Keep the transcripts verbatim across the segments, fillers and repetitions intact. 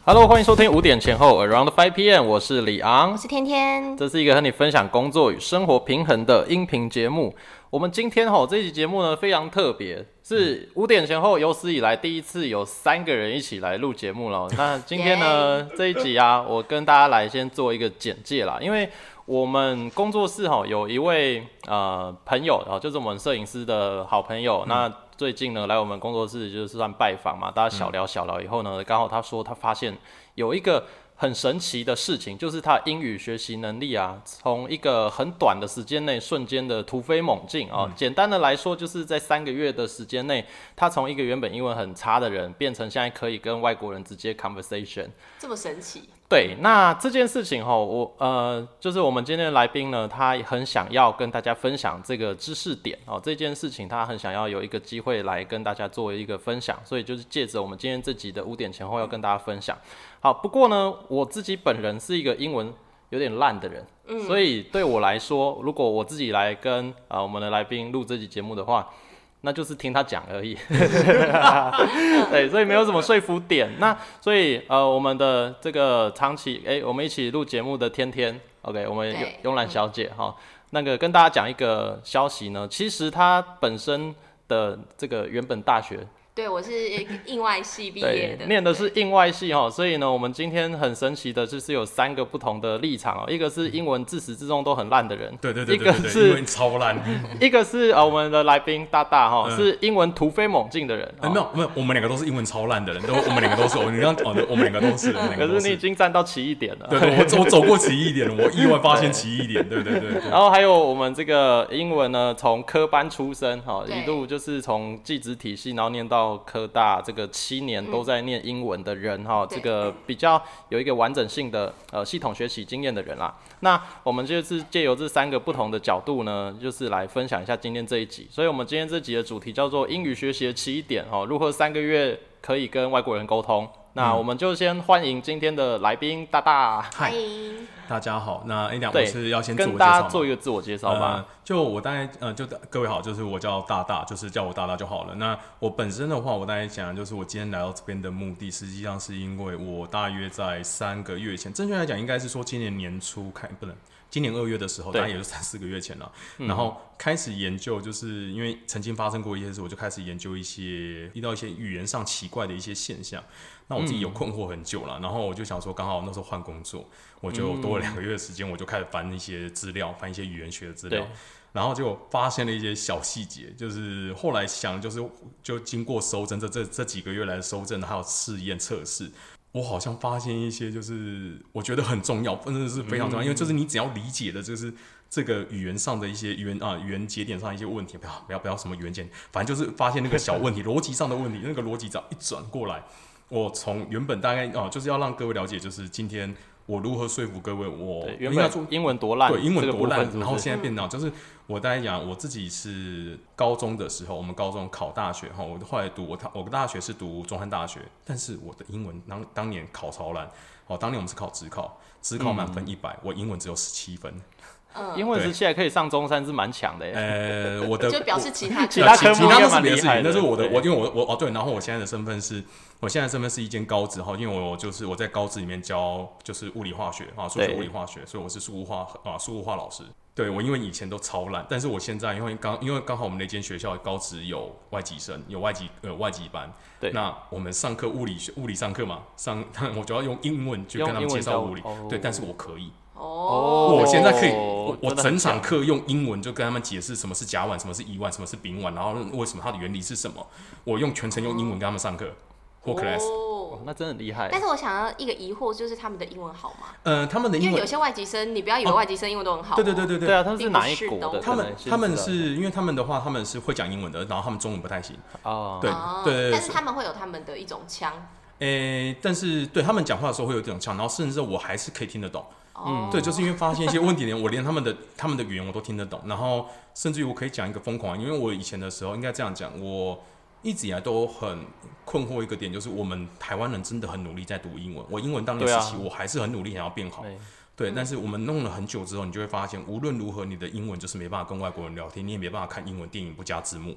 Hello， 欢迎收听五点前后 Around five p m 我是李昂， 我是天天。 这是一个和你分享工作与生活平衡的音频节目。我们今天吼这期节目呢非常特别，是五点前后有史以来第一次有三个人一起来录节目了。那今天呢这一集啊，我跟大家来先做一个简介啦，因为我们工作室吼有一位呃朋友啊，就是我们摄影师的好朋友，嗯、那最近呢来我们工作室就是算拜访嘛，大家小聊小聊以后呢，刚好他说他发现有一个很神奇的事情，就是他英语学习能力啊，从一个很短的时间内瞬间的突飞猛进啊、哦。简单的来说，就是在三个月的时间内，他从一个原本英文很差的人，变成现在可以跟外国人直接 conversation， 这么神奇。 对，那这件事情齁，我呃，就是我们今天的来宾呢，他很想要跟大家分享这个知识点哦，这件事情他很想要有一个机会来跟大家做一个分享，所以就是借着我们今天这集的五点前后要跟大家分享。好，不过呢，我自己本人是一个英文有点烂的人，嗯、所以对我来说，如果我自己来跟呃我们的来宾录这集节目的话，那就是听他讲而已，对，所以没有什么说服点。那所以呃，我们的这个长期哎、欸，我们一起录节目的天天 ，OK， 我们慵懒小姐哈、嗯，那个跟大家讲一个消息呢，其实她本身的这个原本大学。 对，我是应外系毕业的， 念的是应外系哈，所以呢，我们今天很神奇的就是有三个不同的立场哦，一个是英文自始至终都很烂的人， 对对对对对， 一个是英文超烂， 一个是呃我们的来宾大大哈、嗯，是英文突飞猛进的人， 欸、没有没有，我们两个都是英文超烂的人，都我们两个都是，你刚哦，我们两个都是， 可是你已经站到奇异点了， 对对，我我走过奇异点了，我意外发现奇异点，对对 对, 對。 然后还有我们这个英文呢，从科班出身哈，一路就是从技职体系，然后念到科大。这个七年都在念英文的人哈、嗯，这个比较有一个完整性的呃系统学习经验的人啦。那我们就是借由这三个不同的角度呢，就是来分享一下今天这一集。所以我们今天这集的主题叫做英语学习的起点哈，如何三个月可以跟外国人沟通。那我们就先欢迎今天的来宾大大。 欢迎， 大家好。那哎，我是要先自我介绍跟大家做一个自我介绍吧。 呃、就我大概呃，就各位好，就是我叫大大，就是叫我大大就好了。那我本身的话，我大概讲就是我今天来到这边的目的，实际上是因为我大约在三个月前，正确来讲应该是说今年年初开，不能。今年二月的时候，大概也就三四个月前了、嗯，然后开始研究，就是因为曾经发生过一些事，我就开始研究一些遇到一些语言上奇怪的一些现象。那我自己有困惑很久了，然后我就想说，刚好那时候换工作，我就多了两个月的时间，我就开始翻一些资料，翻一些语言学的资料，然后就发现了一些小细节，就是后来想，就是就经过搜证，这这这几个月来的搜证，还有试验测试。我好像发现一些，就是我觉得很重要，真的是非常重要，嗯、因为就是你只要理解的，就是这个语言上的一些语言啊语言节点上的一些问题，不要不要不要什么语言节点，反正就是发现那个小问题，逻辑上的问题，那个逻辑只要一转过来，我从原本大概啊就是要让各位了解，就是今天我如何说服各位，我原本英文多烂， 对英文多烂、 這個， 然后现在变到就是我大概讲我自己是高中的时候，我们高中考大学哈，我后来读我我大学是读中汉大学，但是我的英文当当年考超烂，哦，当年我们是考指考，指考满分一百、嗯，我英文只有十七分。 英文时期还可以上中山是蛮强的耶。 呃，我的就表示其他其他科目应该蛮厉害的。 但是我的我因为我我哦对，然后我现在的身份是，我现在的身份是一间高职哈，因为我就是我在高职里面教就是物理化学啊，数学物理化学，所以我是数物化啊数物化老师。对我因为以前都超烂，但是我现在因为刚因为刚好我们那间学校高职有外籍生，有外籍呃外籍班，对，那我们上课物理物理上课嘛，上我就要用英文去跟他们介绍物理，哦、对，但是我可以。哦，我现在可以，我, 我整场课用英文就跟他们解释什么是甲烷，什么是乙烷，什么是丙烷，然后为什么它的原理是什么。我用全程用英文跟他们上课，或 class。 哦，那真的很厉害。 但是我想要一个疑惑，就是他们的英文好吗？ 呃，他们的英文， 因为有些外籍生，你不要以为外籍生英文都很好、哦。 对对对对对， 对啊，他们是哪一国的？ 他们他们是因为他们的话，他们是会讲英文的，然后他们中文不太行。 哦， 对对 对, 對。 但是他们会有他们的一种腔。 诶、欸，但是对他们讲话的时候会有这种腔，然后甚至我还是可以听得懂。嗯，对，就是因为发现一些问题呢，我连他们的他们的语言我都听得懂，然后甚至于我可以讲一个疯狂，因为我以前的时候应该这样讲，我一直以来都很困惑一个点，就是我们台湾人真的很努力在读英文，我英文当年时期我还是很努力想要变好，对，但是我们弄了很久之后，你就会发现，无论如何你的英文就是没办法跟外国人聊天，你也没办法看英文电影不加字幕。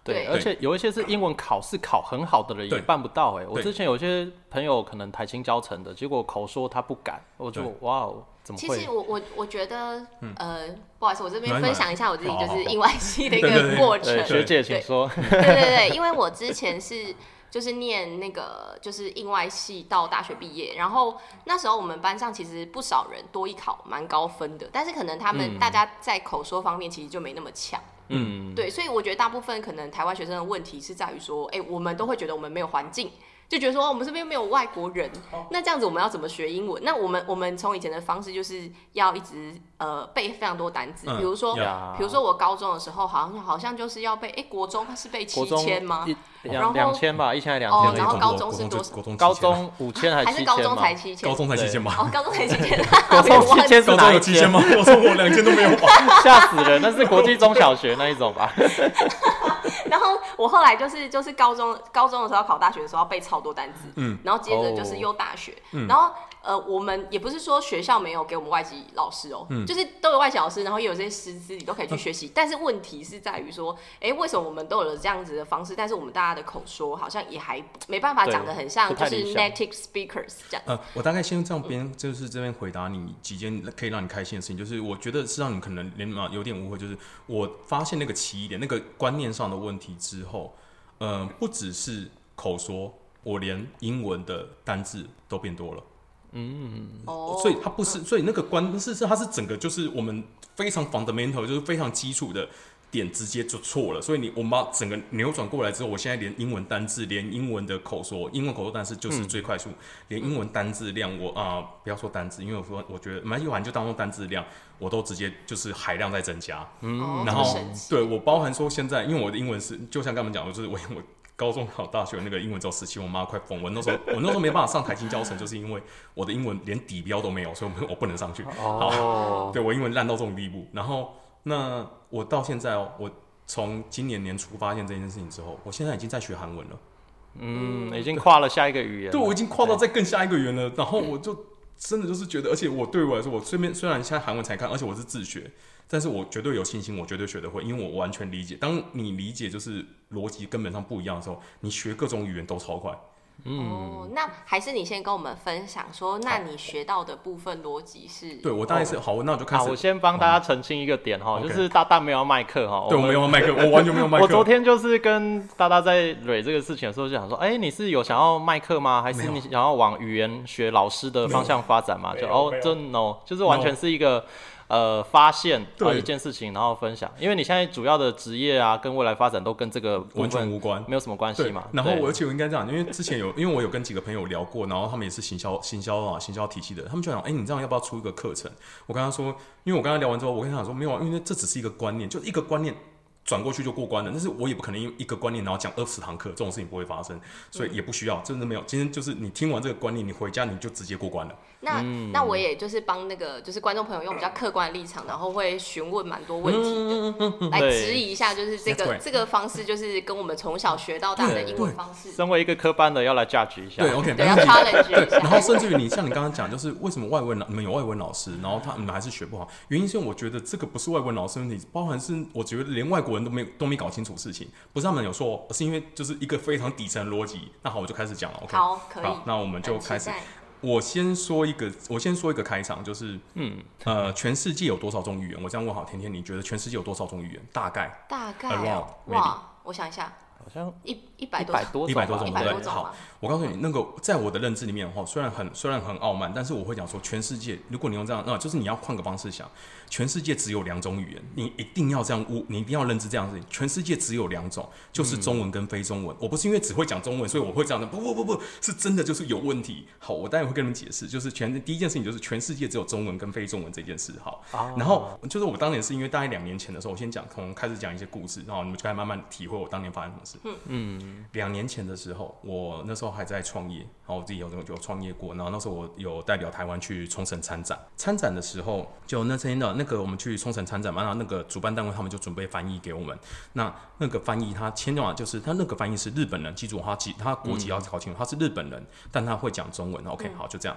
对，而且有一些是英文考试考很好的人也办不到哎、欸。我之前有些朋友可能台清交成的，结果口说他不敢，我就哇哦，怎么会？ 其实我我我觉得，嗯、呃，不好意思，我这边分享一下我自己就是英外系的一个过程。 对学姐请说。 对对对，因为我之前是就是念那个就是英外系到大学毕业，然后那时候我们班上其实不少人多益考蛮高分的，但是可能他们大家在口说方面其实就没那么强。嗯，对，所以我觉得大部分可能台湾学生的问题是在于说，哎、欸，我们都会觉得我们没有环境，就觉得说、哦、我们这边没有外国人，那这样子我们要怎么学英文？那我们我们从以前的方式就是要一直呃背非常多单字，比如说，比、嗯、如说我高中的时候好像好像就是要背，哎、欸，国中是背七千吗？ 两两千吧，一千还两千。 哦，然后高中是多少？ 高中五千还是七千？ 还是高中才七千？ 高中才七千吧？ 哦，高中才七千。 高中七千是哪一有七千吗？高中我两千都没有吧？ 吓死人！那是国际中小学那一种吧？ 然后我后来就是就是高中高中的时候考大学的时候要背超多单词，嗯，然后接着就是又大学，嗯、然后呃我们也不是说学校没有给我们外籍老师哦、喔，嗯、就是都有外籍老师，然后也有这些师资你都可以去学习，嗯、但是问题是在于说，哎、欸，为什么我们都有了这样子的方式，但是我们大家的口说好像也还没办法讲得很像就是 native speakers 这样。 呃，我大概先这样边就是这边回答你几件可以让你开心的事情，就是我觉得是让你可能连有点误会，就是我发现那个起点那个观念上的问题之后，呃，不只是口说，我连英文的单字都变多了。嗯，哦，所以它不是，所以那个观是是它是整个就是我们非常 fundamental， 就是非常基础的点直接就错了。所以你我们把整个扭转过来之后，我现在连英文单字，连英文的口说，英文口说单词就是最快速，嗯、连英文单字量我啊、呃、不要说单字，因为我说我觉得蛮有含就当做单字量，我都直接就是海量在增加。嗯，然后对我包含说现在，因为我的英文是就像刚才讲的，就是我我。高中考大学那个英文只有十七，我妈快疯。我那时候我那时候没办法上台清交成，就是因为我的英文连底标都没有，所以我不能上去。哦，对我英文烂到这种地步。然后那我到现在哦，我从今年年初发现这件事情之后，我现在已经在学韩文了。 嗯，已经跨了下一个语言了。 对，我已经跨到再更下一个语言了。然后我就真的就是觉得，而且我对我来说，我虽然虽然现在韩文才看，而且我是自学。但是我绝对有信心，我绝对学得会，因为我完全理解。当你理解就是逻辑根本上不一样的时候，你学各种语言都超快。 嗯，哦，那还是你先跟我们分享说，那你学到的部分逻辑是？ 对我大概是、哦、好，那我就开始。 我先帮大家澄清一个点哈、嗯，就是大大没有要卖课哈。 对，我没有要卖课，我完全没有卖课。 我昨天就是跟大大在蕊这个事情的时候，就想说，哎、欸，你是有想要卖课吗？还是你想要往语言学老师的方向发展吗？就哦，真 no， 就是完全是一个。呃，发现啊一件事情，然后分享，因为你现在主要的职业啊，跟未来发展都跟这个部分完全无关， 没有什么关系嘛。 然后我而且我应该这样，因为之前有，因为我有跟几个朋友聊过，然后他们也是行销、行销啊、行销体系的，他们就讲，哎、欸，你这样要不要出一个课程？我跟他说，因为我跟他聊完之后，我跟他讲说，没有啊，因为这只是一个观念，就一个观念。转过去就过关了，但是我也不可能因一个观念然后讲二十堂课，这种事情不会发生，所以也不需要，真的没有。今天就是你听完这个观念，你回家你就直接过关了。 那、嗯、那我也就是帮那个就是观众朋友用比较客观的立场，然后会询问蛮多问题的，嗯、来质疑一下，就是这个这个方式就是跟我们从小学到大的英文方式。 身为一个科班的，要来 judge 一下。 对 ，OK， 对，要 challenge 一下。 然后甚至于你像你刚刚讲，就是为什么外文你们有外文老师，然后他你们还是学不好，原因是因为我觉得这个不是外文老师问题，包含是我觉得连外国人都没都没搞清楚事情，不是他们有说，而是因为就是一个非常底层的逻辑。那好，我就开始讲了。OK， 好，可以。 好，那我们就开始。我先说一个，我先说一个开场，就是嗯呃，全世界有多少种语言？我这样问好，甜甜，你觉得全世界有多少种语言？大概？ 大概、哦？哇，我想一下。 好像一一百多多一百多种， 一百多种。好，我告诉你，那个在我的认知里面哈，虽然很虽然很傲慢，但是我会讲说，全世界，如果你用这样，那、呃、就是你要换个方式想，全世界只有两种语言，你一定要这样，你一定要认知这样子，全世界只有两种，就是中文跟非中文。嗯、我不是因为只会讲中文，所以我会这样的，不不不不，是真的就是有问题。好，我待会会跟你们解释，就是全第一件事情就是全世界只有中文跟非中文这件事。好，啊、然后就是我当年是因为大概两年前的时候，我先讲，从开始讲一些故事，然后你们就开始慢慢体会我当年发生什么事。嗯嗯。两年前的时候，我那时候还在创业，然后我自己有有创业过，然后那时候我有代表台湾去冲绳参展。参展的时候，就那天的那个我们去冲绳参展嘛，然后那个主办单位他们就准备翻译给我们。那那个翻译他签的嘛，就是他那个翻译是日本人，记住他他国籍要搞清楚，他是日本人，但他会讲中文。OK， 好，就这样。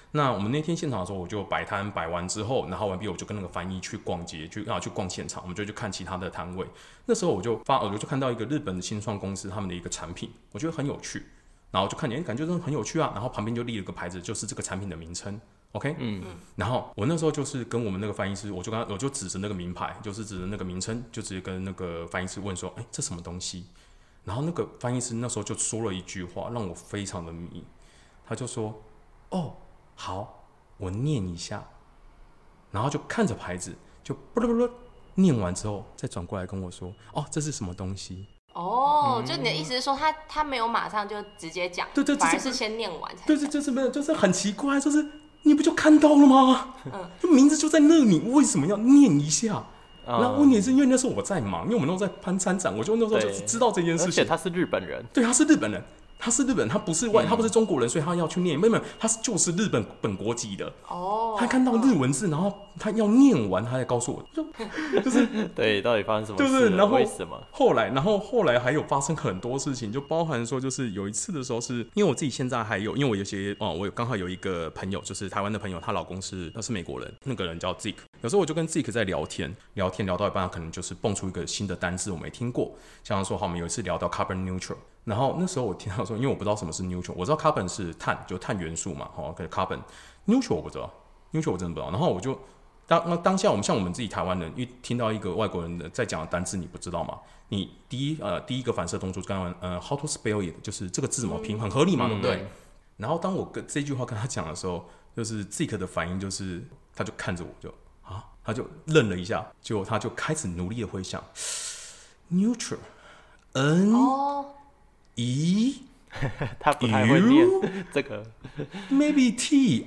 那我们那天现场的时候，我就摆摊摆完之后，然后完毕我就跟那个翻译去逛街，去啊去逛现场，我们就去看其他的摊位。那时候我就发，我就看到一个日本的新创公司他们的一个产品，我觉得很有趣，然后就看见感觉真的很有趣啊，然后旁边就立了个牌子，就是这个产品的名称。OK， 嗯，然后我那时候就是跟我们那个翻译师，我就跟他，我就指着那个名牌，就是指着那个名称，就直接跟那个翻译师问说：“哎，这什么东西？”然后那个翻译师那时候就说了一句话，让我非常的迷，他就说：“哦，好，我念一下。”然后就看着牌子，就不不不，念完之后再转过来跟我说：“哦，这是什么东西？” 哦，就你的意思是说他，他他没有马上就直接讲， 对对， 反而是先念完才讲。 对对，就是没有，就是很奇怪，就是。你不就看到了吗？嗯，就名字就在那里，为什么要念一下？嗯、然后问题是因为那时候我在忙，因为我们都在攀参展，我就那时候就知道这件事情。 而且他是日本人， 对，他是日本人，他是日本人，他不是外，嗯、他不是中国人，所以他要去念。没有没有，他是就是日本本国籍的。哦，他看到日文字，然后他要念完，他才告诉我，就就是对，到底发生什么事了？ 对对，然后为什么？ 后来，然后后来还有发生很多事情，就包含说，就是有一次的时候是，因为我自己现在还有，因为我有些哦，我刚好有一个朋友，就是台湾的朋友，她老公是是美国人，那个人叫 Zeke。有时候我就跟 Zeke 在聊天，聊天聊到一半，他可能就是蹦出一个新的单字我没听过，像说好，我们有一次聊到 carbon neutral， 然后那时候我听到说，因为我不知道什么是 neutral， 我知道 carbon 是碳，就碳元素嘛，哦，可是 carbon neutral 我不知道 ，neutral 我真的不知道，然后我就。当当下我们像我们自己台湾人，一听到一个外国人在讲的单字，你不知道吗？你第一呃第一个反射动作，刚刚呃 how to spell it， 就是这个字怎么拼，很合理嘛，对不对？嗯、然后当我跟这句话跟他讲的时候，就是 Zeke 的反应就是，他就看着我就啊，他就愣了一下，结果他就开始努力的回想 neutral n、哦、e， 他不太会念这个 ，maybe t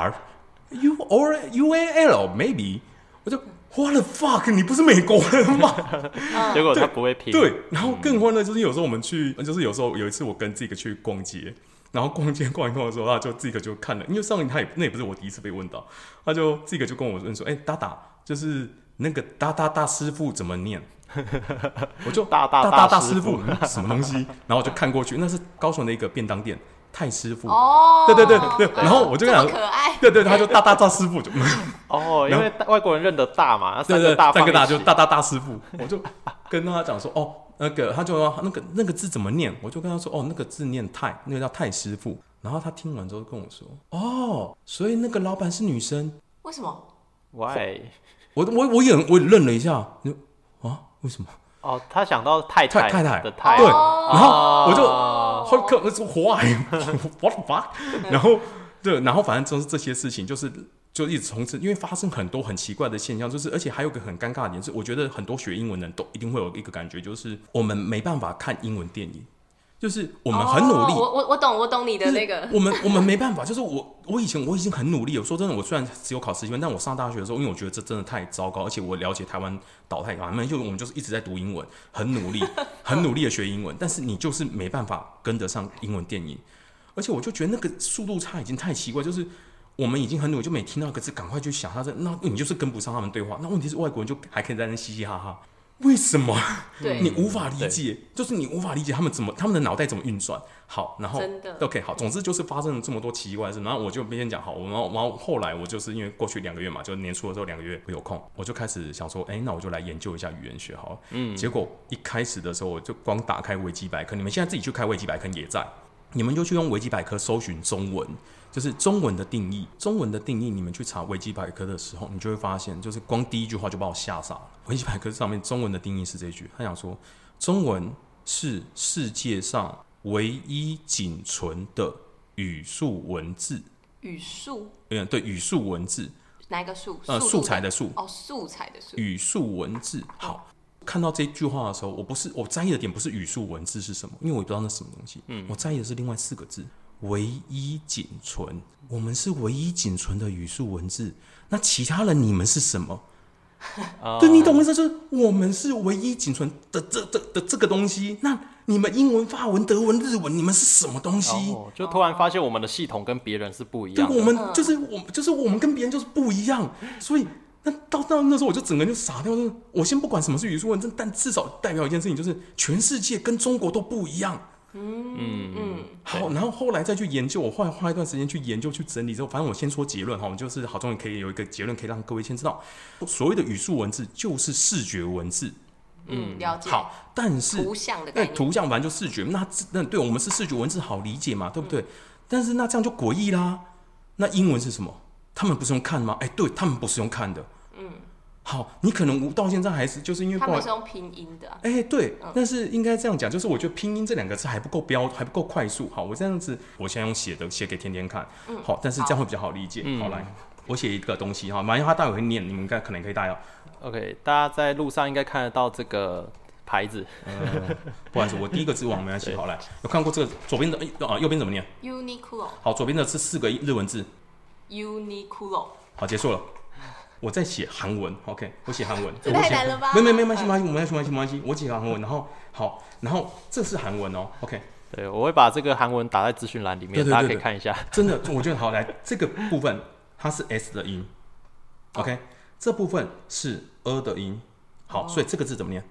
r。U or U A L maybe， 我就 What the fuck， 你不是美国人吗？ 结果他不会拼。 对，然后更欢乐就是有时候我们去，就是有时候有一次我跟这个去逛街，然后逛街逛一逛的时候，他就这个就看了，因为上一他也那也不是我第一次被问到，他就这个就跟我问说，哎、欸，达达就是那个达达大师傅怎么念？我就大大大大师傅什么东西？然后我就看过去，那是高雄的一个便当店。太师傅哦，对对对对，然后我就跟他讲，可爱， 对对，他就大大大师傅就哦，因为外国人认得大嘛， 对对， 三个大就大大大师傅，我就跟他讲说，哦，那个他就说那个那个字怎么念，我就跟他说，哦，那个字念太，那个叫太师傅，然后他听完之后跟我说，哦，所以那个老板是女生， 为什么 ？Why？ 我我我也我也愣了一下，啊，为什么？ 哦，他想到太太太太的太， 对，然后我就好可那是 why what the fuck， 然后对，然后反正就是这些事情，就是就一直从此，因为发生很多很奇怪的现象，就是而且还有个很尴尬的点是，我觉得很多学英文的人都一定会有一个感觉，就是我们没办法看英文电影。就是我们很努力， 哦、我我我懂我懂你的那个， 我们我们没办法，就是我我以前我已经很努力了。说真的，我虽然只有考十几分，但我上大学的时候，因为我觉得这真的太糟糕，而且我了解台湾岛太高，就我们就是一直在读英文，很努力，很努力的学英文，但是你就是没办法跟得上英文电影，而且我就觉得那个速度差已经太奇怪，就是我们已经很努力，就每听到一个字赶快去想他这，那你就是跟不上他们对话。那问题是外国人就还可以在那嘻嘻哈哈。为什么？你无法理解，就是你无法理解他们怎么，他们的脑袋怎么运转。好，然后真的 OK， 好，总之就是发生了这么多奇怪的事。然后我就边讲好，然后然后后来我就是因为过去两个月嘛，就年初的时候两个月我有空，我就开始想说，哎、欸，那我就来研究一下语言学好了。嗯，结果一开始的时候我就光打开维基百科，你们现在自己去开维基百科也在，你们就去用维基百科搜寻中文。就是中文的定义，中文的定义，你们去查维基百科的时候，你就会发现，就是光第一句话就把我吓傻了。维基百科上面中文的定义是这句，他想说，中文是世界上唯一仅存的语素文字。 语素？ 嗯，对，语素文字。 哪一个素？ 呃，素材的素。 哦，素材的素。 语素文字。好，看到这句话的时候，我不是我在意的点不是语素文字是什么，因为我不知道那是什么东西。嗯，我在意的是另外四个字。唯一仅存，我们是唯一仅存的语素文字。那其他人，你们是什么？对，你懂我意思？就是我们是唯一仅存的这这的这个东西。那你们英文、法文、德文、日文，你们是什么东西？ 哦、就突然发现我们的系统跟别人是不一样的。 对，我们就是我们就是我们跟别人就是不一样。所以那到到那时候，我就整个人就傻掉。我先不管什么是语素文字，但至少代表一件事情，就是全世界跟中国都不一样。 嗯嗯嗯。 好，然后后来再去研究，我后来花一段时间去研究、去整理之后，反正我先说结论哈，我们就是好，终于可以有一个结论，可以让各位先知道，所谓的语素文字就是视觉文字。 嗯，了解。 好，但是图像的概念， 图像反正就视觉，那那对我们是视觉文字好理解嘛，对不对？嗯、但是那这样就诡异啦。那英文是什么？他们不是用看吗？哎、欸，对他们不是用看的。嗯。好，你可能到现在还是就是因为他们是用拼音的、啊。 哎、欸，对、嗯，但是应该这样讲，就是我觉得拼音这两个字还不够标，还不够快速。好，我这样子，我现在用写的写给天天看。嗯。好，但是这样会比较好理解。好，好来，我写一个东西哈，马上他待会会念，你们应该可能可以大家。 OK， 大家在路上应该看得到这个牌子。 呃，不好意思，我第一个字往没关系。好，来，有看过这个左边的啊？右边怎么念 ？Uniqlo。 好，左边的是四个日文字。 Uniqlo。 好，结束了。我在写韩文 ，OK， 我写韩文。 这太难了吧？ 没没没关系，没关系，没关系，没关系，没关系。我写韩文，然后好，然后这是韩文哦 ，OK。 对，我会把这个韩文打在资讯栏里面，对对对对，大家可以看一下。 真的，我觉得好，来这个部分它是 S 的音 ，OK，、哦、这部分是 A 的音。好，哦、所以这个字怎么念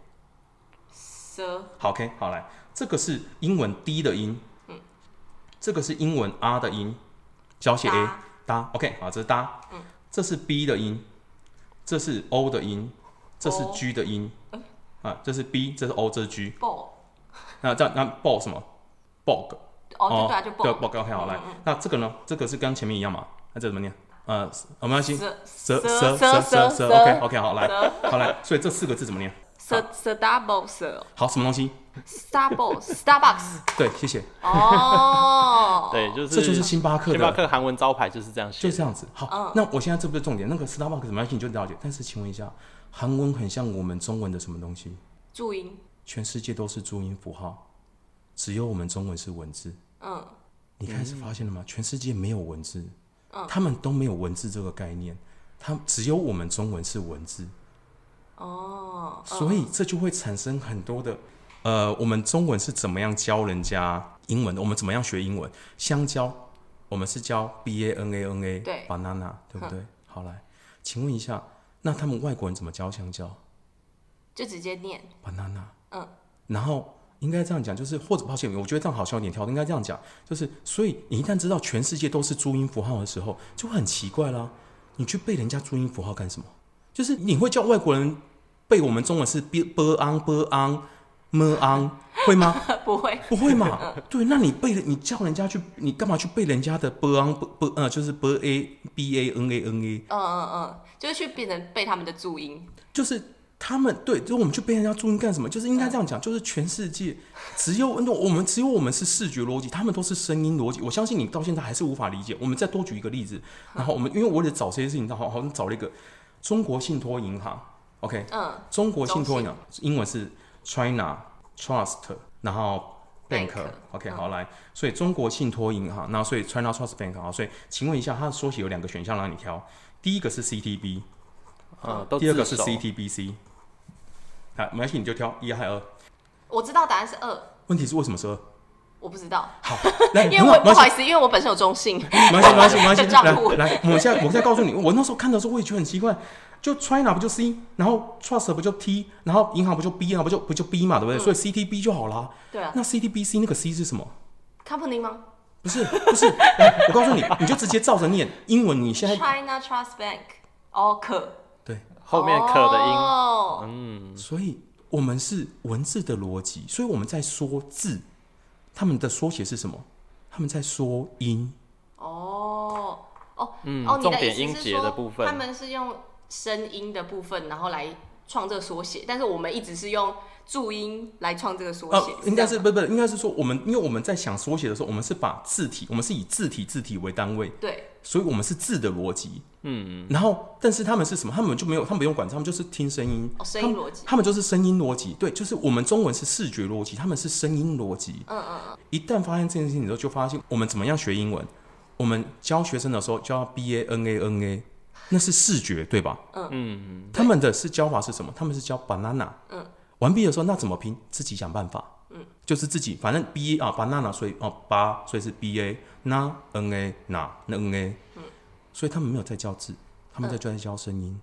？S。 好 ，OK， 好来，这个是英文 D 的音，嗯，这个是英文 R 的音，小写 A， 哒 ，OK， 好，这是哒，嗯，这是 B 的音。这是 O 的音，这是 G 的音，哦、啊，这是 B， 这是 O， 这是 G。ball。那这样，那 ball 什么 ？bog。 哦，对啊，就 ball。 对 ，bog，OK， 好，来，嗯嗯那这个呢？这个是跟前面一样嘛？那这怎么念？呃，没关系。蛇蛇蛇蛇蛇蛇 ，OK，OK， 好，来，好来，所以这四个字怎么念？ 蛇蛇 double 蛇。 好，什么东西 ？Starbucks，Starbucks。 对，谢谢。 哦， 对，就是这就是星巴克的。 星巴克韩文招牌就是这样写， 就这样子。好，嗯、那我现在这不是重点，那个 Starbucks 什么东西你就了解。但是请问一下，韩文很像我们中文的什么东西？ 注音。 全世界都是注音符号，只有我们中文是文字。嗯。你开始发现了吗？全世界没有文字，嗯，他们都没有文字这个概念，他只有我们中文是文字。哦。所以这就会产生很多的。呃，我们中文是怎么样教人家英文的？我们怎么样学英文？香蕉，我们是教 B A N A N A， 对 ，banana， 对不对？好，来，请问一下，那他们外国人怎么教香蕉？ 就直接念 banana， 嗯，然后应该这样讲，就是或者抱歉，我觉得这样好像有点跳，应该这样讲，就是所以你一旦知道全世界都是注音符号的时候，就会很奇怪啦。你去背人家注音符号干什么？就是你会叫外国人背我们中文是 b b ang b ang m ang 会吗？ 不会， 不会嘛？对，那你背你叫人家去，你干嘛去背人家的 b ang b 呃，就是 b a b a n a n a？ 嗯嗯嗯，就是去变成背他们的注音， 就是他们对，就我们去背人家注音干什么？就是应该这样讲，就是全世界只有我们只有我们是视觉逻辑，他们都是声音逻辑。我相信你到现在还是无法理解。我们再多举一个例子，然后我们因为我得找这些事情，好好像找了一个中国信托银行 ，OK， 嗯，中国信托银行英文是 China Trust， 然后 Bank，OK，、okay, 好、嗯、来，所以中国信托银行，那所以 China Trust Bank， 好，所以请问一下，它的缩写有两个选项让你挑，第一个是 C T B， 嗯， 第二个是 C T B C。没关系，你就挑一还二。 我知道答案是二。 问题是为什么是二？ 我不知道。 好， 因为我不好意思，因为我本身有中信。 没关系，没关系，没关系。来来，我现在我现在告诉你，我那时候看的时候我也觉得很奇怪，就 China 不就 C， 然后 Trust 不就 T， 然后银行不就 B 啊，不就不就 B 嘛，对不对？嗯、所以 C T B 就好啦。 对啊。 那 C T B C 那个 C 是什么 ？Company 吗？ 不是，不是。来，我告诉你，你就直接照着念英文。你现在 China Trust Bank， 哦，可。 对， 后面可的音。 哦、 嗯，所以。我们是文字的逻辑，所以我们在说字，他们的缩写是什么？他们在说音。 哦哦、 嗯、 哦， 重点音节的部分， 他们是用声音的部分，然后来创这个缩写，但是我们一直是用注音来创这个缩写。 呃、应该是不不，应该是说我们，因为我们在想缩写的时候，我们是把字体，我们是以字体字体为单位。 对。 所以我们是字的逻辑，嗯，然后但是他们是什么？他们就没有，他们不用管，他们就是听声音， 哦，声音逻辑， 他们就是声音逻辑，对，就是我们中文是视觉逻辑，他们是声音逻辑，嗯嗯嗯。一旦发现这件事情之后，就发现我们怎么样学英文？我们教学生的时候教 B A N A N A， 那是视觉，对吧？嗯嗯。他们的是教法是什么？他们是教 banana， 嗯，完毕的时候那怎么拼？自己想办法，嗯，就是自己，反正 B A 啊 banana， 所以哦八，所以是 B A。那 N A 那那 N A， 嗯，所以他们没有在教字，他们在在教声音。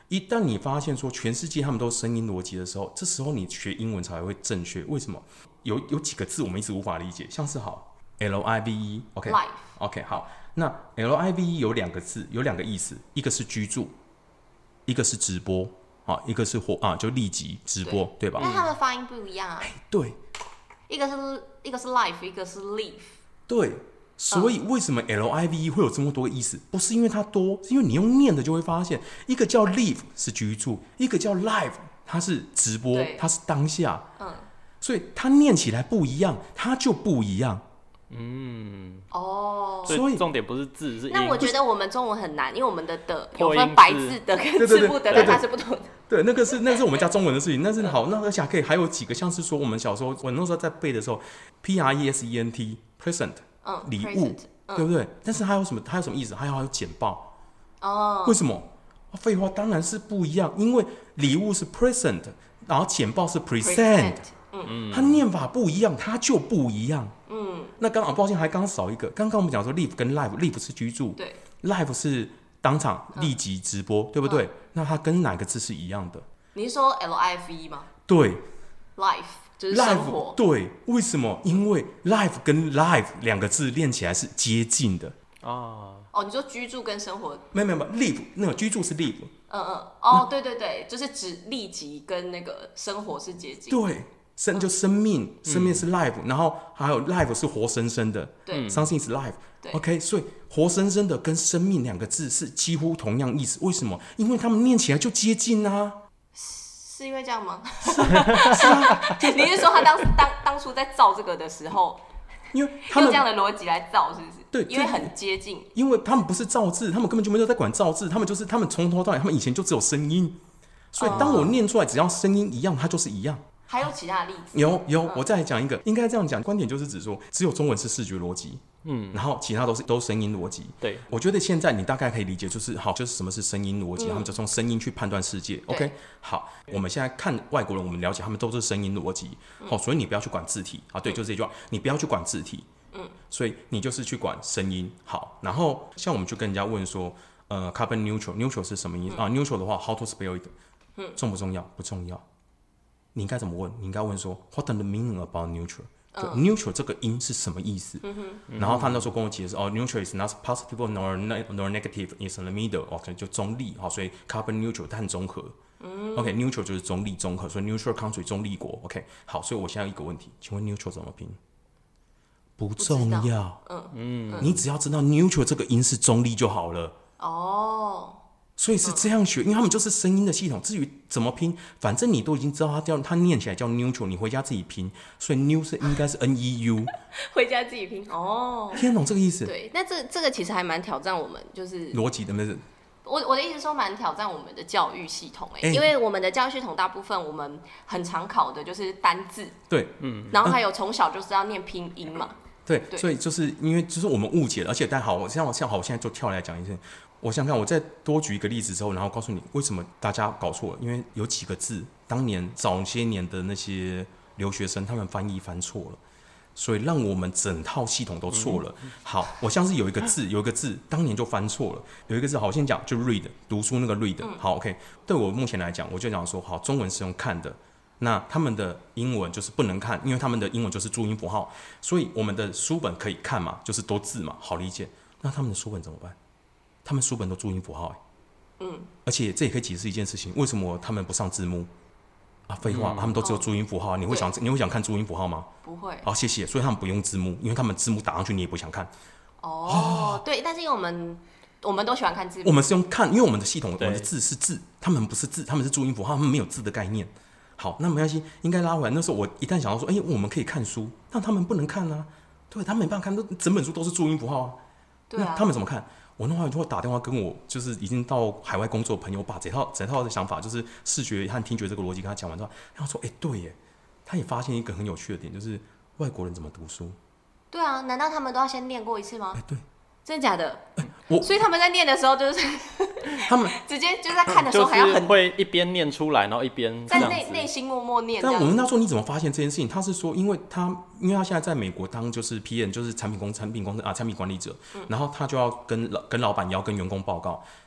一旦你发现说全世界他们都声音逻辑的时候，这时候你学英文才会正确。为什么？有有几个字我们一直无法理解，像是好 L I V E，OK，、okay? OK 好，那 L I V E 有两个字，有两个意思，一个是居住，一个是直播，啊，一个是活啊，就立即直播， 对, 对吧？ 但他们发音不一样啊。 对， 一个是一个是 life， 一个是 live。 对。所以为什么 L I V E 会有这么多意思？不是因为它多，是因为你用念的就会发现，一个叫 live 是居住，一个叫 live 它是直播，它是当下。嗯，所以它念起来不一样，它就不一样。 嗯， 哦， 所以重点不是字，是音。 那我觉得我们中文很难，因为我们的的有分白字的跟字部的，但它是不同的。 对，那个是那个是我们家中文的事情，但是好，那而且还可以还有几个像是说我们小时候，我那时候在背的时候 ，P R E S E N T present。嗯，礼物、嗯，对不对？但是它有什么？它有什么意思？还有还有简报哦？为什么？废话，当然是不一样，因为礼物是 present， 然后简报是 present， 嗯，它念法不一样，它就不一样。嗯，那刚好抱歉，还刚少一个。刚刚我们讲说 live 跟 live，live 是居住， 对 ，live 是当场立即直播，嗯、对不对、嗯？那它跟哪个字是一样的？ 你是说 L I F E 吗？ 对 ，life。就是生活 life 对，为什么？因为 life 跟 life 两个字练起来是接近的啊。哦，你说居住跟生活？ 没有没有 ，live 那个居住是 live。 嗯嗯，哦，对对对，就是指立即跟那个生活是接近。 对，生就生命，嗯、生命是 life，、嗯、然后还有 life 是活生生的。 对 ，something is life。OK， 所以活生生的跟生命两个字是几乎同样意思。为什么？因为他们念起来就接近啊。 是因为这样吗？ 是啊，是啊。 你是说他当当当初在造这个的时候， 因为他们用这样的逻辑来造，是不是？ 对， 因为很接近。 因为他们不是造字，他们根本就没有在管造字，他们就是他们从头到尾，他们以前就只有声音，所以当我念出来，只要声音一样，它就是一样。 还有其他的例子？ 有有，嗯、我再来讲一个，应该这样讲，观点就是指说，只有中文是视觉逻辑。嗯，然后其他都是都声音逻辑。 对， 我觉得现在你大概可以理解，就是好，就是什么是声音逻辑、嗯，他们就从声音去判断世界。OK， 好，我们现在看外国人，我们了解他们都是声音逻辑。好、嗯，所以你不要去管字体啊，对，就这句话，你不要去管字体。嗯，所以你就是去管声音。好，然后像我们就跟人家问说，呃 ，carbon neutral，neutral 是什么意思、嗯、啊 ？neutral 的话 ，how to spell it？ 嗯，重不重要？不重要。你应该怎么问？你应该问说 ，What the meaning about neutral？就 neutral 这个音是什么意思？嗯、然后他那时候跟我解释哦 ，neutral is not positive nor nor negative, it's in the middle， OK 就中立，好，所以 carbon neutral 碳中和。嗯、OK neutral 就是中立综合，所以 neutral country 中立国。OK 好，所以我现在有一个问题，请问 neutral 怎么拼？不重要，嗯嗯，你只要知道 neutral 这个音是中立就好了。哦。所以是这样学，因为他们就是声音的系统。至于怎么拼，反正你都已经知道它叫它念起来叫 neutral， 你回家自己拼。所以 new 是应该是 N E U， 回家自己拼。哦， 听得懂这个意思？ 对，那这这个其实还蛮挑战我们，就是逻辑的那是。 我我的意思说，蛮挑战我们的教育系统哎、欸欸，因为我们的教育系统大部分我们很常考的就是单字， 对，嗯， 然后还有从小就是要念拼音嘛。 对，对，所以就是因为就是我们误解了，而且但好，我像像好，我现在就跳来讲一次。我想想看，我再多举一个例子之后，然后告诉你为什么大家搞错了。因为有几个字，当年早些年的那些留学生，他们翻译翻错了，所以让我们整套系统都错了。好，我像是有一个字，有一个字当年就翻错了，有一个字，好，我先讲就 read， 读书那个 read。好 ，OK， 对我目前来讲，我就讲说，好，中文是用看的，那他们的英文就是不能看，因为他们的英文就是注音符号，所以我们的书本可以看嘛，就是多字嘛，好理解。那他们的书本怎么办？他们书本都注音符号、欸，嗯，而且这也可以解释一件事情，为什么他们不上字幕啊？废话、嗯，他们都只有注音符号，你会想你会想看注音符号吗？ 不会。 好，谢谢。所以他们不用字幕，因为他们字幕打上去你也不想看。 哦，啊、对，但是因为我们我们都喜欢看字幕， 我们是用看，因为我们的系统，我们的字是字，他们不是字，他们是注音符号，他们没有字的概念。好，那没关系，应该拉回来。那时候我一旦想到说，哎、欸，我们可以看书，但他们不能看啊，对他们没办法看，都整本书都是注音符号啊。 对啊。 那他们怎么看？我那会就会打电话跟我就是已经到海外工作的朋友，把这套整套的想法，就是视觉和听觉这个逻辑跟他讲完之后，他说：“哎、欸，对耶，他也发现一个很有趣的点，就是外国人怎么读书。” 对啊，难道他们都要先念过一次吗？ 哎、欸，对， 真的假的？ 欸、我所以他们在念的时候，就是他们直接就是在看的时候还要很、 就是、会一边念出来，然后一边在内内心默默念。 但我们那时候你怎么发现这件事情？他是说，因为他因为他现在在美国当就是 P M， 就是产品公产品公司啊产品管理者、嗯，然后他就要跟老跟老板也要跟员工报告。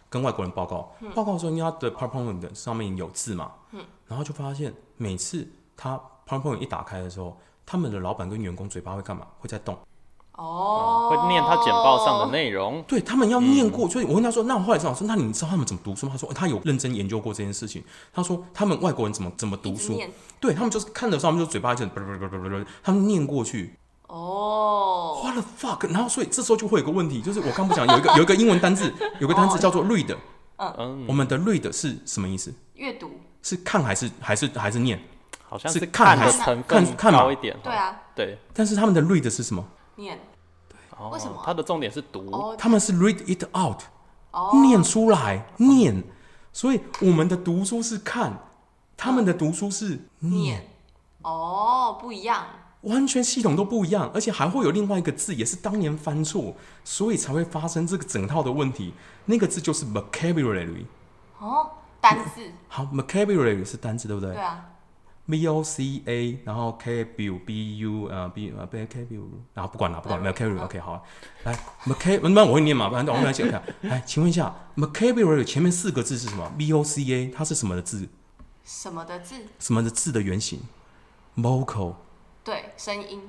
跟外国人报告，嗯、报告的时候，因为他的 PowerPoint 上面有字嘛，嗯、然后就发现每次他 PowerPoint 一打开的时候，他们的老板跟员工嘴巴会干嘛？会在动。 哦、 嗯，会念他简报上的内容， 对他们要念过，嗯、所以我问他说：“那我后来老师，那你知道他们怎么读书吗？”他说：“他有认真研究过这件事情。”他说：“他们外国人怎么怎么读书？对他们就是看的时候，他们就嘴巴就他们念过去。 哦 ，What the fuck？ 然后所以这时候就会有个问题，就是我刚不讲有一个有一个英文单字，有个单字叫做 read。嗯，我们的 read 是什么意思？ 阅读是看还是还是还是念？ 好像是看的成分高一点。 对啊， 对。 但是他们的 read 是什么？ 念。 哦、 为什么？ 他的重点是读， 哦、 他们是 read it out，、 哦、 念出来，念。所以我们的读书是看，他们的读书是念。念哦，不一样， 完全系统都不一样，而且还会有另外一个字，也是当年犯错，所以才会发生这个整套的问题。那个字就是 vocabulary。 哦，单字。 好 ，vocabulary 是单字，对不对？ 对啊。 V O C A， 然后 K B B U 呃 B 呃 B K B U， 然后不管了，不管 vocabulary OK 好，来 vocab， 那我会念嘛，不然我们来讲看。来，请问一下 vocabulary 前面四个字是什么 ？V O C A 它是什么的字？ 什么的字？ 什么的字的原型 ？vocal。 对，声音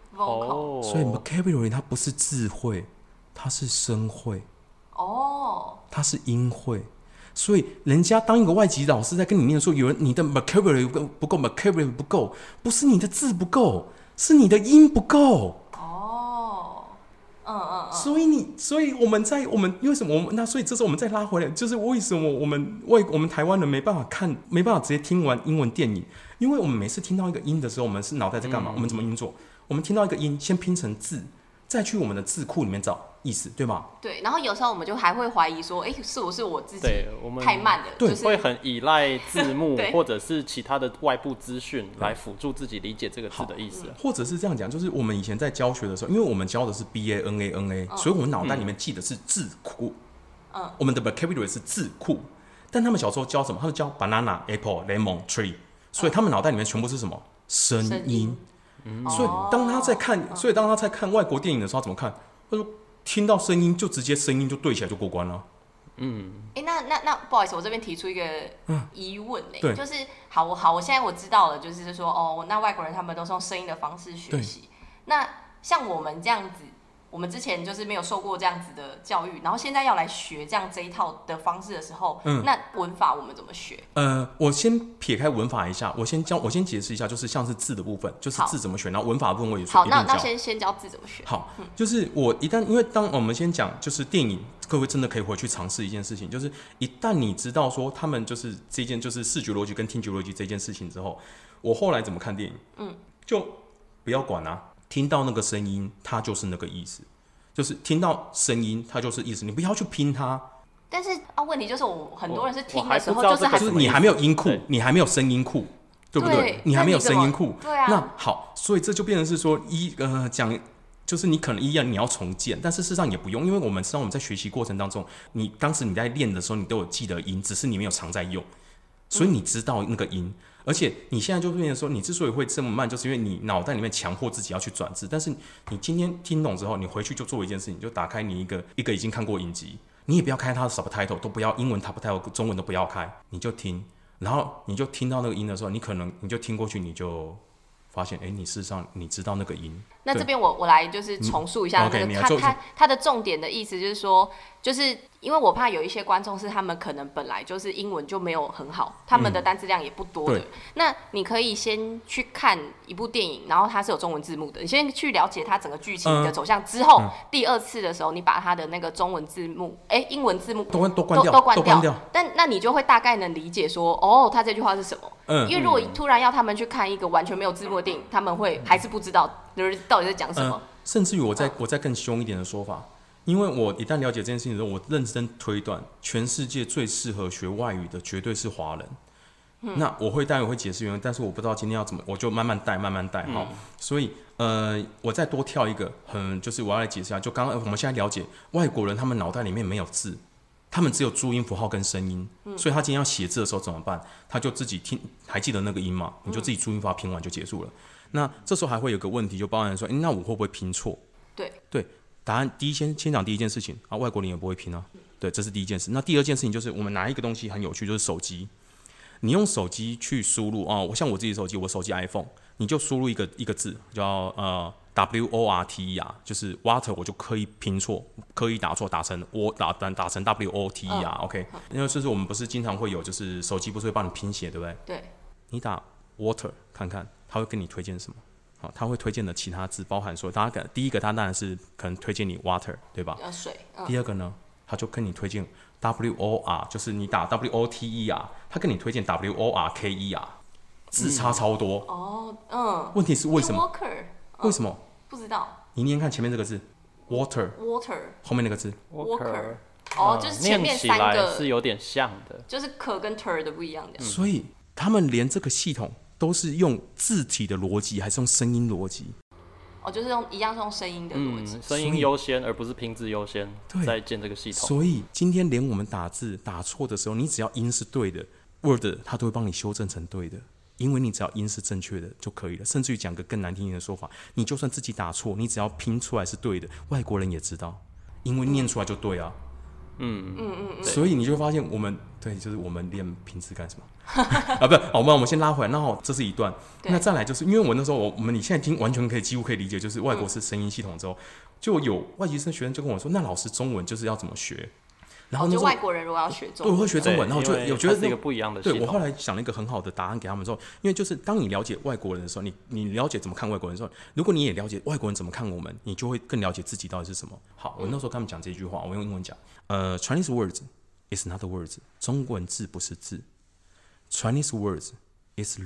vocal。 所以 vocabulary 它不是智慧，它是声慧。 哦。 它是音慧。所以，人家当一个外籍老师在跟你念说，有人你的 vocabulary 不够 ，vocabulary 不够，不是你的字不够，是你的音不够。 哦，嗯嗯嗯。 所以你，所以我们在我们为什么我们那所以这时候我们再拉回来，就是为什么我们外我们台湾人没办法看，没办法直接听完英文电影，因为我们每次听到一个音的时候，我们是脑袋在干嘛？嗯、我们怎么运作？我们听到一个音，先拼成字，再去我们的字库里面找意思，对吗？ 对，然后有时候我们就还会怀疑说，哎，是不是我自己太慢了？ 对， 就是会很依赖字幕或者是其他的外部资讯来辅助自己理解这个字的意思。 或者是这样讲，就是我们以前在教学的时候，因为我们教的是 B A N A N A，、嗯、所以我们脑袋里面记的是字库。嗯，我们的 vocabulary 是字库，但他们小时候教什么？他们教 banana、apple、lemon、tree， 所以他们脑袋里面全部是什么？声音。声音嗯、所以当他在看，哦、所以当他在看外国电影的时候，他怎么看？他说听到声音就直接声音就对起来就过关了。 嗯，哎、欸，那那那不好意思，我这边提出一个疑问呢、欸，就是好，我好，我现在我知道了，就是说哦，那外国人他们都是用声音的方式学习，那像我们这样子。我们之前就是没有受过这样子的教育，然后现在要来学这样这一套的方式的时候，嗯、那文法我们怎么学？ 呃，我先撇开文法一下，我先教，我先解释一下，就是像是字的部分，就是字怎么学，然后文法的部分我也好，那那先先教字怎么学。 好，嗯、就是我一旦因为当我们先讲就是电影，各位真的可以回去尝试一件事情，就是一旦你知道说他们就是这件就是视觉逻辑跟听觉逻辑这件事情之后，我后来怎么看电影？嗯，就不要管啊。听到那个声音，它就是那个意思，就是听到声音，它就是意思，你不要去拼它。 但是啊，问题就是我很多人是听的时候，就是还就是你还没有音库，你还没有声音库，对不对？ 对你还没有声音库， 对啊。 那好，所以这就变成是说一呃讲，就是你可能一样你要重建，但是事实上也不用，因为我们知道我们在学习过程当中，你当时你在练的时候，你都有记得音，只是你没有常在用，所以你知道那个音。嗯，而且你现在就变成说，你之所以会这么慢，就是因为你脑袋里面强迫自己要去转字。但是你今天听懂之后，你回去就做一件事情，就打开你一个一个已经看过影集，你也不要开它的 subtitle， 都不要英文 subtitle， 中文都不要开，你就听，然后你就听到那个音的时候，你可能你就听过去，你就发现，哎，你事实上你知道那个音。 那这边我我来就是重述一下那个、嗯 okay, 他他他的重点的意思就是说，就是因为我怕有一些观众是他们可能本来就是英文就没有很好，他们的单字量也不多的。嗯、那你可以先去看一部电影，然后它是有中文字幕的，你先去了解它整个剧情的走向之后，嗯、第二次的时候你把它的那个中文字幕，哎，英文字幕都都关掉， 都关掉, 掉。 但那你就会大概能理解说，哦，他这句话是什么？嗯，因为如果突然要他们去看一个完全没有字幕的电影，他们会还是不知道到底在讲什么。 嗯甚至于我再我再更凶一点的说法，因为我一旦了解这件事情之后，我认真推断，全世界最适合学外语的绝对是华人。嗯、那我会待会会解释原因，但是我不知道今天要怎么，我就慢慢带慢慢带哈、嗯。所以呃，我再多跳一个，很就是我要来解释一下，就刚刚我们现在了解外国人他们脑袋里面没有字，他们只有注音符号跟声音，嗯、所以他今天要写字的时候怎么办？他就自己听，还记得那个音嘛？你就自己注音符号拼完就结束了。那这时候还会有个问题，就包含说，欸、那我会不会拼错？ 对对， 答案第一先先讲第一件事情啊，外国人也不会拼啊，对，这是第一件事。那第二件事情就是我们拿一个东西很有趣，就是手机。你用手机去输入啊，像我自己手机，我手机 iPhone， 你就输入一个一个字叫呃 W O R T E R， 就是 water， 我就可以拼错，可以打错，打成我打打成 W O T E R，OK，、嗯 okay? 因为就是我们不是经常会有，就是手机不是会帮你拼写，对不对？ 对。 你打 water 看看，它会跟你推荐什么？好，它会推荐的其他字，包含说，大家第一个它当然是可能推荐你 water， 对吧？ 要水。嗯、 第二个呢，它就跟你推荐 W O R， 就是你打 W O T E R， 它跟你推荐 W O R K E R， 字差超多。 嗯、哦，嗯。 问题是为什么？ Walker， 为什么？ 不知道。 你念看前面这个字 water， water， 后面那个字 walker。哦，就是前面三个、 呃、是有点像的， 就是可跟 ter 的不一样的。 所以他们连这个系统都是用字体的逻辑，还是用声音逻辑？ 哦，就是用一样是用声音的逻辑， 嗯，声音优先，而不是拼字优先，在建这个系统。 所以今天连我们打字打错的时候，你只要音是对的 ，Word 它都会帮你修正成对的，因为你只要音是正确的就可以了。甚至于讲个更难听一点的说法，你就算自己打错，你只要拼出来是对的，外国人也知道，因为念出来就对啊。 嗯嗯嗯嗯， 所以你就会发现，我们对，就是我们练拼字干什么啊？不是，好，我们我们先拉回来。那好，这是一段。那再来就是，因为我那时候我我们你现在已经完全可以几乎可以理解，就是外国是声音系统之后，嗯、就有外籍生学生就跟我说，那老师中文就是要怎么学？然后那时候、 哦、就外国人如果要学中文， 对，会学中文，然后就有觉得是一个不一样的系统。 对，我后来想了一个很好的答案给他们之后，因为就是当你了解外国人的时候，你你了解怎么看外国人的时候，如果你也了解外国人怎么看我们，你就会更了解自己到底是什么。好，我那时候跟他们讲这句话，我用英文讲，呃 ，Chinese words is not words， 中文字不是字 ，Chinese words is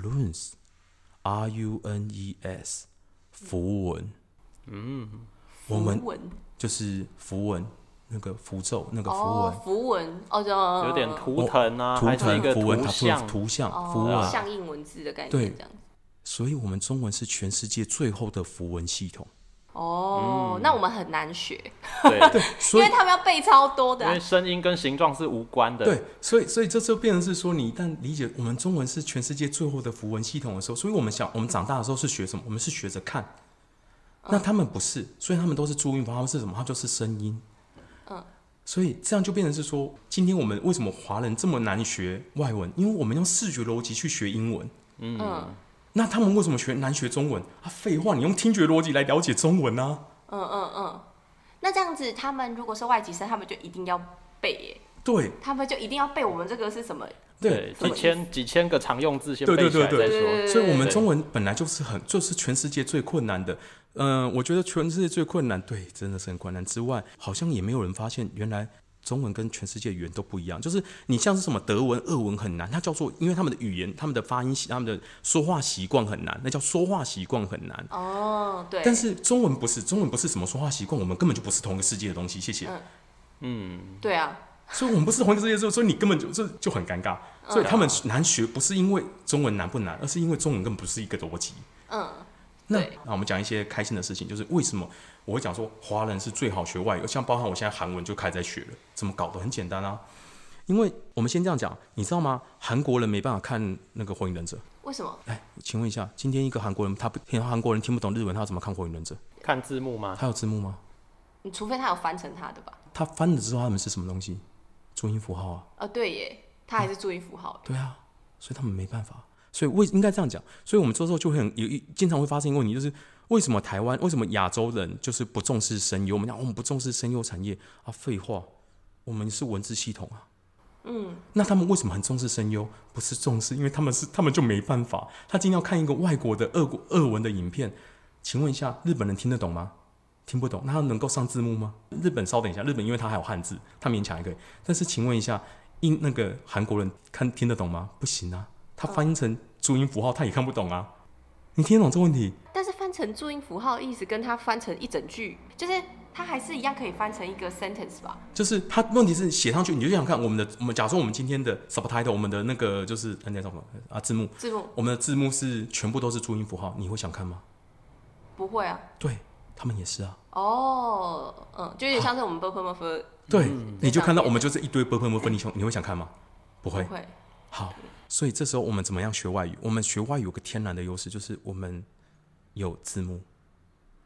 runes，R U N E S， 符文， 嗯， 我们就是符文。那个符咒，那个符文， 哦、符文，哦， 有点图腾啊， 哦、图腾、 符文、 图像、图像、符文， 象印文字的概念， 对， 这样子。 所以，我们中文是全世界最后的符文系统。 哦，嗯、那我们很难学， 对， 因为他们要背超多的、啊， 因为声音跟形状是无关的。 对，所以，所以这就变成是说，你一旦理解我们中文是全世界最后的符文系统的时候，所以我们想，我们长大的时候是学什么？我们是学着看。那他们不是，所以他们都是注音符，他们是什么？它就是声音。嗯。所以这样就变成是说，今天我们为什么华人这么难学外文？因为我们用视觉逻辑去学英文。嗯，那他们为什么学难学中文啊？废话，你用听觉逻辑来了解中文啊。 嗯嗯嗯。那这样子，他们如果是外籍生，他们就一定要背耶。 对。 他们就一定要背我们这个是什么？ 对，几千几千个常用字先背起来再说。 对对对对，所以我们中文本来就是很，就是全世界最困难的。嗯、呃，我觉得全世界最困难，对，真的是很困难之外，好像也没有人发现原来中文跟全世界语言都不一样。就是你像是什么德文、俄文很难，它叫做因为他们的语言、他们的发音、他们的说话习惯很难，那叫说话习惯很难。 哦，对。 但是中文不是，中文不是什么说话习惯，我们根本就不是同一个世界的东西。谢谢。 嗯， 嗯对啊。 所以我们不是同一个世界，所以你根本就就就很尴尬。所以他们难学，不是因为中文难不难，而是因为中文根本不是一个逻辑。 嗯。 那那我们讲一些开心的事情，就是为什么我会讲说华人是最好学外语，像包含我现在韩文就开始在学了，怎么搞的？很简单啊，因为我们先这样讲，你知道吗？韩国人没办法看那个《火影忍者》， 为什么？ 来，请问一下，今天一个韩国人他不，韩国人听不懂日文，他要怎么看《火影忍者》？ 看字幕吗？ 他有字幕吗？ 你除非他有翻成他的吧？ 他翻了之后，他们是什么东西？注音符号啊。 哦，对耶，他还是注音符号、啊。 对啊，所以他们没办法。所以为应该这样讲，所以我们这时候就会很有经常会发生一个问题，就是为什么台湾为什么亚洲人就是不重视声优？我们讲、哦、我们不重视声优产业啊，废话，我们是文字系统啊。嗯，那他们为什么很重视声优？不是重视，因为他们是他们就没办法。他今天要看一个外国的俄俄文的影片，请问一下，日本人听得懂吗？听不懂，那他能够上字幕吗？日本稍等一下，日本因为他还有汉字，他勉强也可以。但是请问一下，英那个韩国人看听得懂吗？不行啊。他翻译成注音符号，他也看不懂啊。你听得懂这个问题？ 但是翻成注音符号的意思跟他翻成一整句，就是他还是一样可以翻成一个 sentence 吧？ 就是他问题是写上去，你就想看我们的，我们假如说我们今天的 subtitle， 我们的那个就是那叫什么啊字幕？ 字幕， 我们的字幕是全部都是注音符号，你会想看吗？ 不会啊。 对，他们也是啊。 哦，嗯，就有点像是我们 burp murph。 对，嗯、你就看到我们就是一堆 burp murph， 你你会想看吗？不会。 不会。 好。所以这时候我们怎么样学外语？我们学外语有个天然的优势，就是我们有字幕。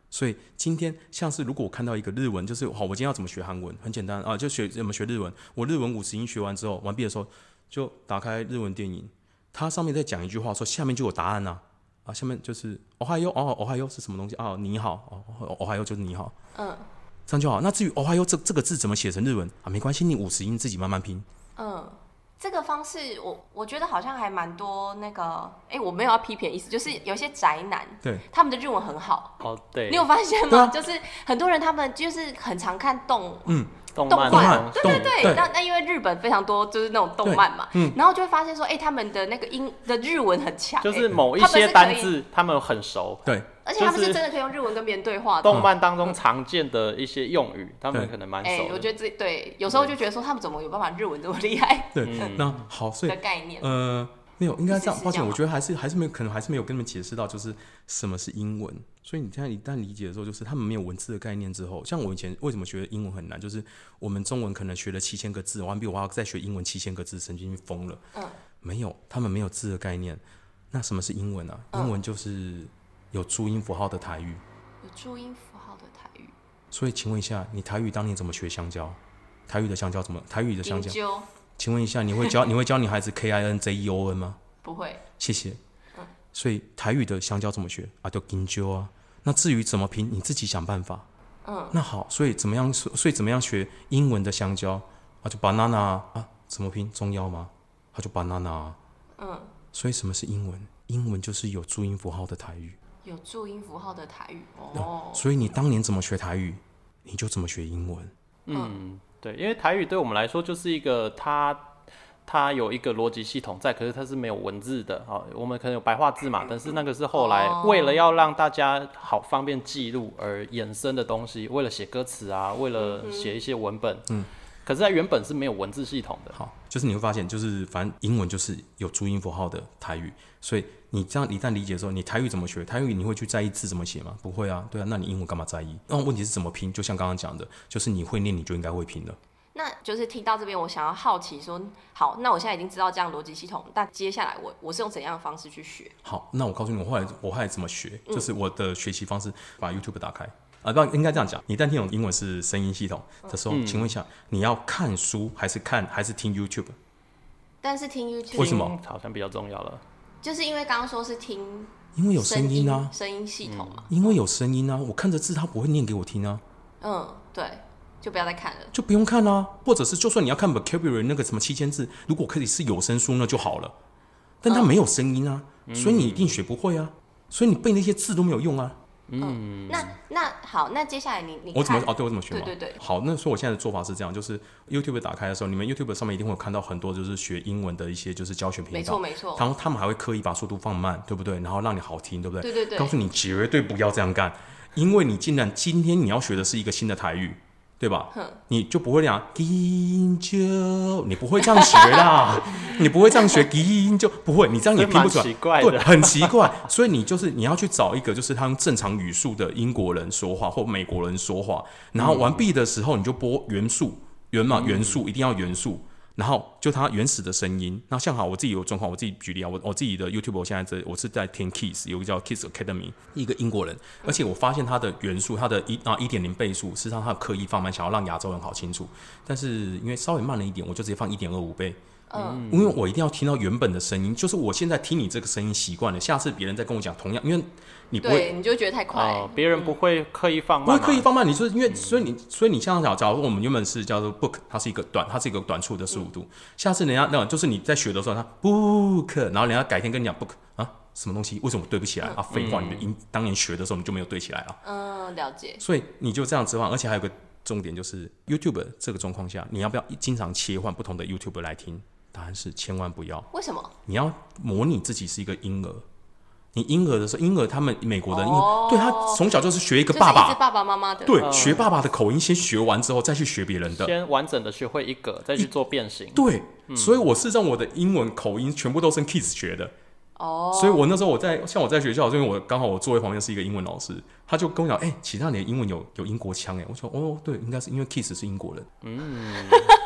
所以今天像是如果我看到一个日文，就是好，我今天要怎么学韩文，很简单啊，就学怎么学日文。我日文五十音学完之后，完毕的时候就打开日文电影，它上面在讲一句话，说下面就有答案啊。啊，下面就是哦嗨哟，哦哦嗨哟是什么东西啊？你好，哦哦嗨哟就是你好，嗯，这样就好。那至于哦嗨哟这这个字怎么写成日文啊？没关系，你五十音自己慢慢拼。 嗯，这个方式我我觉得好像还蛮多那个，哎，我没有要批评的意思，就是有些宅男， 对， 他们的日文很好。 哦，对， 你有发现吗？ 啊、 就是很多人他们就是很常看动， 嗯。 动漫， 漫对对 对, 对，那那因为日本非常多就是那种动漫嘛，嗯、然后就会发现说，哎、欸，他们的那个英的日文很强， 就是某一些单字他们很熟， 对， 而且他们是真的可以用日文跟别人对话的。 动漫当中常见的一些用语，他们可能蛮熟的。哎、 欸，我觉得这对，有时候就觉得说他们怎么有办法日文这么厉害？ 对，嗯、那好，所以的概念， 呃。没有，应该这样。抱歉，我觉得还是还是没有，可能还是没有跟你们解释到，就是什么是英文。所以你现在一旦理解的时候，就是他们没有文字的概念之后，像我以前为什么觉得英文很难，就是我们中文可能学了七千个字，完毕我要再学英文七千个字，神经疯了。嗯，没有，他们没有字的概念。那什么是英文啊？嗯、英文就是有注音符号的台语。 有注音符号的台语。 所以，请问一下，你台语当年怎么学香蕉？台语的香蕉怎么？台语的香蕉。请问一下，你会教你会教你孩子 K I N J E O N 吗？ 不会。 谢谢。嗯、所以台语的香蕉怎么学啊？叫金蕉啊。那至于怎么拼，你自己想办法。嗯。那好，所以怎么样？所以怎么样学英文的香蕉啊？就 banana 啊？怎么拼？中腰吗？它就 banana 啊。嗯。所以什么是英文？英文就是有注音符号的台语。 有注音符号的台语哦。 所以你当年怎么学台语，你就怎么学英文。 嗯。对，因为台语对我们来说就是一个它它有一个逻辑系统在，可是它是没有文字的。好，我们可能有白话字嘛，但是那个是后来为了要让大家好方便记录而衍生的东西，为了写歌词啊，为了写一些文本。嗯。可是它原本是没有文字系统的。 好，就是你会发现，就是反正英文就是有注音符号的台语，所以你这样一旦理解的时候，你台语怎么学？台语你会去在意字怎么写吗？不会啊，对啊，那你英文干嘛在意？那问题是怎么拼？就像刚刚讲的，就是你会念，你就应该会拼了。 那就是听到这边，我想要好奇说，好，那我现在已经知道这样逻辑系统，但接下来我我是用怎样的方式去学？ 好，那我告诉你，我后来我后来怎么学，就是我的学习方式，把 YouTube 打开。啊，不应该这样讲。你一旦听懂英文是声音系统的时候，嗯、请问一下，你要看书还是看还是听 YouTube？ 但是听 YouTube 为什么？ 好像比较重要了。 就是因为刚刚说是听， 因为有声音啊， 声音系统嘛。 因为有声音啊，我看着字，他不会念给我听啊。 嗯，对，就不要再看了， 就不用看啊。或者是，就算你要看 vocabulary 那个什么七千字，如果可以是有声书那就好了。但它没有声音啊，嗯、所以你一定学不会啊。所以你背那些字都没有用啊。 嗯，那那好，那接下来你你我怎么哦？对我怎么学吗？ 对对对。 好，那所以我现在的做法是这样，就是 YouTube 打开的时候，你们 YouTube 上面一定会有看到很多就是学英文的一些就是教学频道， 没错没错。 然后他们还会刻意把速度放慢，对不对？然后让你好听，对不对？ 对对对。 告诉你绝对不要这样干，因为你既然今天你要学的是一个新的台语。对吧？你就不会讲金就，你不会这样学啦，你不会这样学金就不会，你这样也拼不出来， 奇怪的对，很奇怪。所以你就是你要去找一个就是他用正常语速的英国人说话或美国人说话，然后完毕的时候你就播元素元嘛元素一定要元素。然后就它原始的声音。那像好，我自己有状况，我自己举例啊，我我自己的 YouTube， 我现在这我是在听 Kiss， 有一个叫 Kiss Academy， 一个英国人，而且我发现他的元素，他的一啊一点零倍速，事实上他刻意放慢，想要让亚洲人好清楚。但是因为稍微慢了一点，我就直接放一点二五倍。嗯，因为我一定要听到原本的声音，就是我现在听你这个声音习惯了，下次别人再跟我讲同样，因为你不会， 对，你就觉得太快， 别、哦、人不会刻意放慢， 不会刻意放慢，你就是因为，所以你，所以你像讲，假如我们原本是叫做 book， 它是一个短，它是一个短促的十五度，嗯、下次人家那种就是你在学的时候，他 book， 然后人家改天跟你讲 book 啊，什么东西，为什么对不起来、嗯、啊？废话，你的音当年学的时候你就没有对起来了， 嗯，了解。 所以你就这样子换，而且还有个重点就是 YouTube 这个状况下，你要不要经常切换不同的 YouTube 来听？答案是千万不要。 为什么？ 你要模拟自己是一个婴儿。你婴儿的时候，婴儿他们美国的婴儿，哦、对他从小就是学一个爸爸， 就是爸爸妈妈的， 对，嗯、学爸爸的口音，先学完之后再去学别人的， 先完整的学会一个，再去做变形。 对，嗯、所以我是让我的英文口音全部都是 Kids 学的。哦，所以我那时候我在像我在学校，因为我刚好我座位旁边是一个英文老师，他就跟我讲，哎、欸，其他你的英文有有英国腔哎，我说哦，对，应该是因为 Kiss 是英国人。嗯。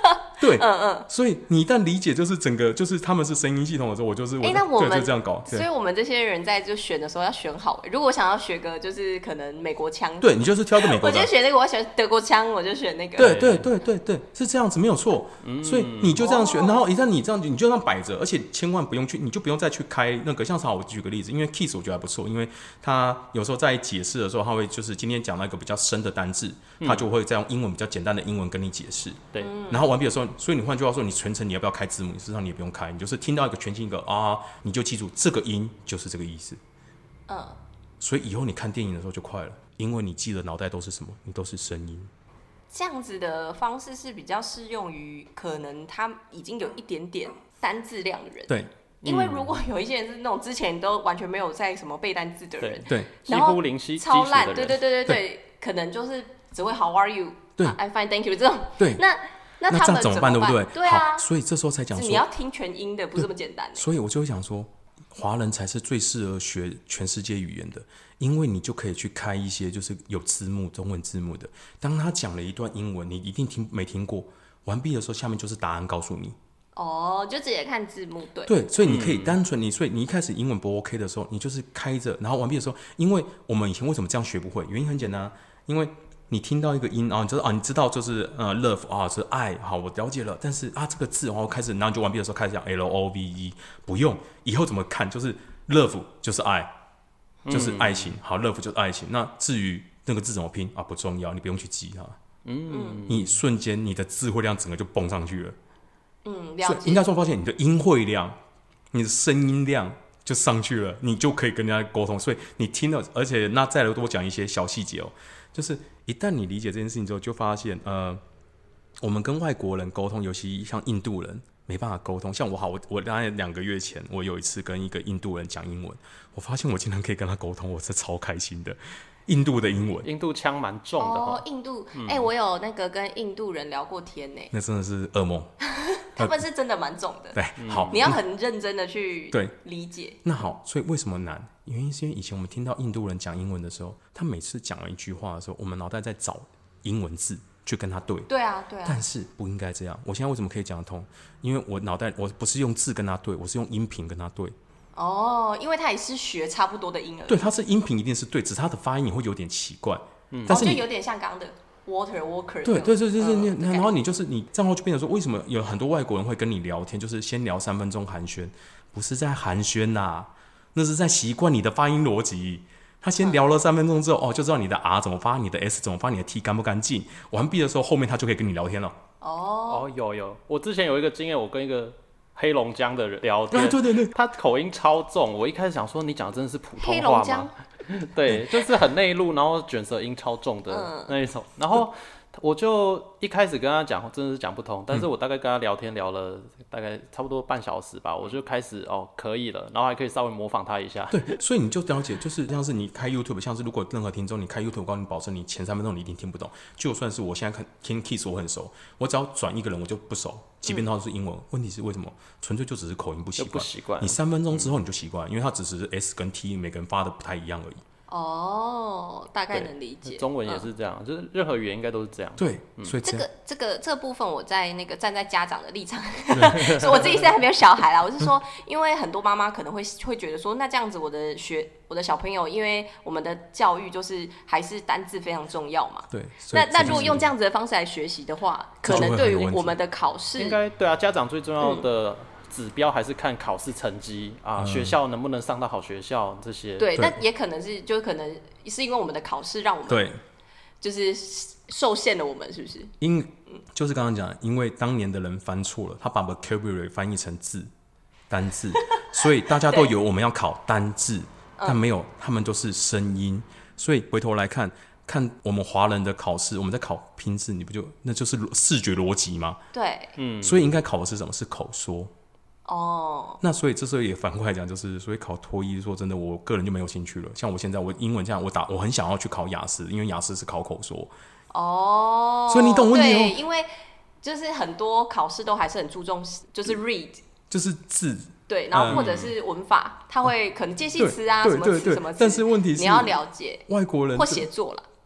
对， 嗯嗯。 所以你一旦理解就是整个就是他们是声音系统的时候，我就是我， 哎，那我们对就这样搞。 所以我们这些人在就选的时候要选好。如果我想要学个就是可能美国腔， 对你就是挑个美国的， 我就选那个；我选德国腔，我就选那个。 对对对对对，是这样子没有错。嗯、所以你就这样选，然后一旦你这样，你就这样摆着，而且千万不用去，你就不用再去开那个。像是好，我举个例子，因为 Keys 我觉得还不错，因为他有时候在解释的时候，他会就是今天讲到一个比较深的单字，他就会再用英文比较简单的英文跟你解释。 对， 然后完毕的时候，所以你换句话说，你全程你要不要开字幕？事实上你也不用开，你就是听到一个全新一个啊，你就记住这个音就是这个意思。嗯，所以以后你看电影的时候就快了，因为你记得脑袋都是什么，你都是声音。 这样子的方式是比较适用于可能他已经有一点点单字量的人。 对。 因为如果有一些人是那种之前都完全没有在什么背单字的人， 对， 几乎零基础的人， 超烂，对对对对对，可能就是只会 How are you？ 对 ，I'm fine, thank you 这种。 对， 那那他们怎么办？对不对？ 对啊， 所以这时候才讲说， 你要听全音的，不是这么简单。 所以我就会想说，华人才是最适合学全世界语言的，因为你就可以去开一些就是有字幕、中文字幕的。当他讲了一段英文，你一定听没听过，完毕的时候下面就是答案告诉你。 哦，就直接看字幕，对。 对，所以你可以单纯你，所以你一开始英文不 OK 的时候，你就是开着，然后完毕的时候，因为我们以前为什么这样学不会？原因很简单、啊，因为你听到一个音啊，你知道啊，你知道就是呃 love 啊是爱，好，我了解了。但是啊这个字，然后开始，然后你就完毕的时候开始讲 L O V E， 不用，以后怎么看就是 love 就是爱，就是爱情，好 love 就是爱情。那至于那个字怎么拼啊，不重要，你不用去记它。嗯，你瞬间你的智慧量整个就蹦上去了。 嗯，了解。 应该说，抱歉，你的音汇量、你的声音量就上去了，你就可以跟人家沟通。所以你听了，而且那再来多讲一些小细节哦，就是一旦你理解这件事情之后，就发现，呃，我们跟外国人沟通，尤其像印度人，没办法沟通。像我好，我我大概两个月前，我有一次跟一个印度人讲英文，我发现我竟然可以跟他沟通，我是超开心的。印度的英文， 印度腔蛮重的哦。印度，哎、嗯欸，我有那个跟印度人聊过天呢， 那真的是噩梦。 他们是真的蛮重的。 对，好， 你要很认真的去对理解。 那好，所以为什么难？原因是因为以前我们听到印度人讲英文的时候，他每次讲了一句话的时候，我们脑袋在找英文字去跟他对。 对啊，对啊。 但是不应该这样。我现在为什么可以讲得通？因为我脑袋我不是用字跟他对，我是用音频跟他对。 哦，因为他也是学差不多的音而已。 对，他是音频一定是对，只是他的发音也会有点奇怪。 嗯，但是、哦、就有点像刚刚的 water walker。 对对对对对，嗯、然后你就是你账号就变成说，为什么有很多外国人会跟你聊天，就是先聊三分钟寒暄，不是在寒暄啦，那是在习惯你的发音逻辑。他先聊了三分钟之后，哦，就知道你的 R 怎么发，你的 S 怎么发，你的 T 干不干净。完毕的时候，后面他就可以跟你聊天了。 哦哦，有有，我之前有一个经验，我跟一个黑龙江的人聊天， 啊、对对对， 他口音超重，我一开始想说你讲的真的是普通话吗？对，就是很内陆，然后卷舌音超重的那一种，然后我就一开始跟他讲，真的是讲不通，但是我大概跟他聊天聊了大概差不多半小时吧，我就开始哦可以了，然后还可以稍微模仿他一下。 对，所以你就了解，就是像是你开 YouTube， 像是如果任何听众你开 YouTube， 我告诉你保证你前三分钟你一定听不懂，就算是我现在看听 Kiss 我很熟，我只要转一个人我就不熟，即便他是英文，嗯、问题是为什么？纯粹就只是口音不习惯， 不习惯。 你三分钟之后你就习惯，因为它只是 S 跟 T 每个人发的不太一样而已。 哦，大概能理解。 中文也是这样，嗯、就是任何语言应该都是这样。 对， 嗯、 所以这个这个这个部分，我在那个站在家长的立场，所以我自己现在还没有小孩啦。我是说，因为很多妈妈可能会会觉得说，那这样子我的学我的小朋友，因为我们的教育就是还是单字非常重要嘛。 对。 那那如果用这样子的方式来学习的话，可能对于我们的考试， 应该对啊，家长最重要的。嗯指标还是看考试成绩啊，嗯、学校能不能上到好学校这些。 对，那也可能是，就可能是因为我们的考试让我们对， 就是受限了我们，是不是？ 因就是刚刚讲，因为当年的人翻错了，他把 vocabulary 翻译成字单字，所以大家都以为我们要考单字，但没有，他们都是声音。所以回头来看。看我们华人的考试，我们在考拼字，你不就那就是视觉逻辑吗？ 对， 嗯， 所以应该考的是什么？是口说。 哦， 那所以这时候也反过来讲，就是所以考托一，说真的，我个人就没有兴趣了。像我现在，我英文这样，我打我很想要去考雅思，因为雅思是考口说。 哦， 所以你懂问题哦。 对，因为就是很多考试都还是很注重，就是 read， 就是字。 对，然后或者是文法，他、嗯、会可能介系词啊，什么词什么词。 但是问题是， 你要了解外国人或写作啦。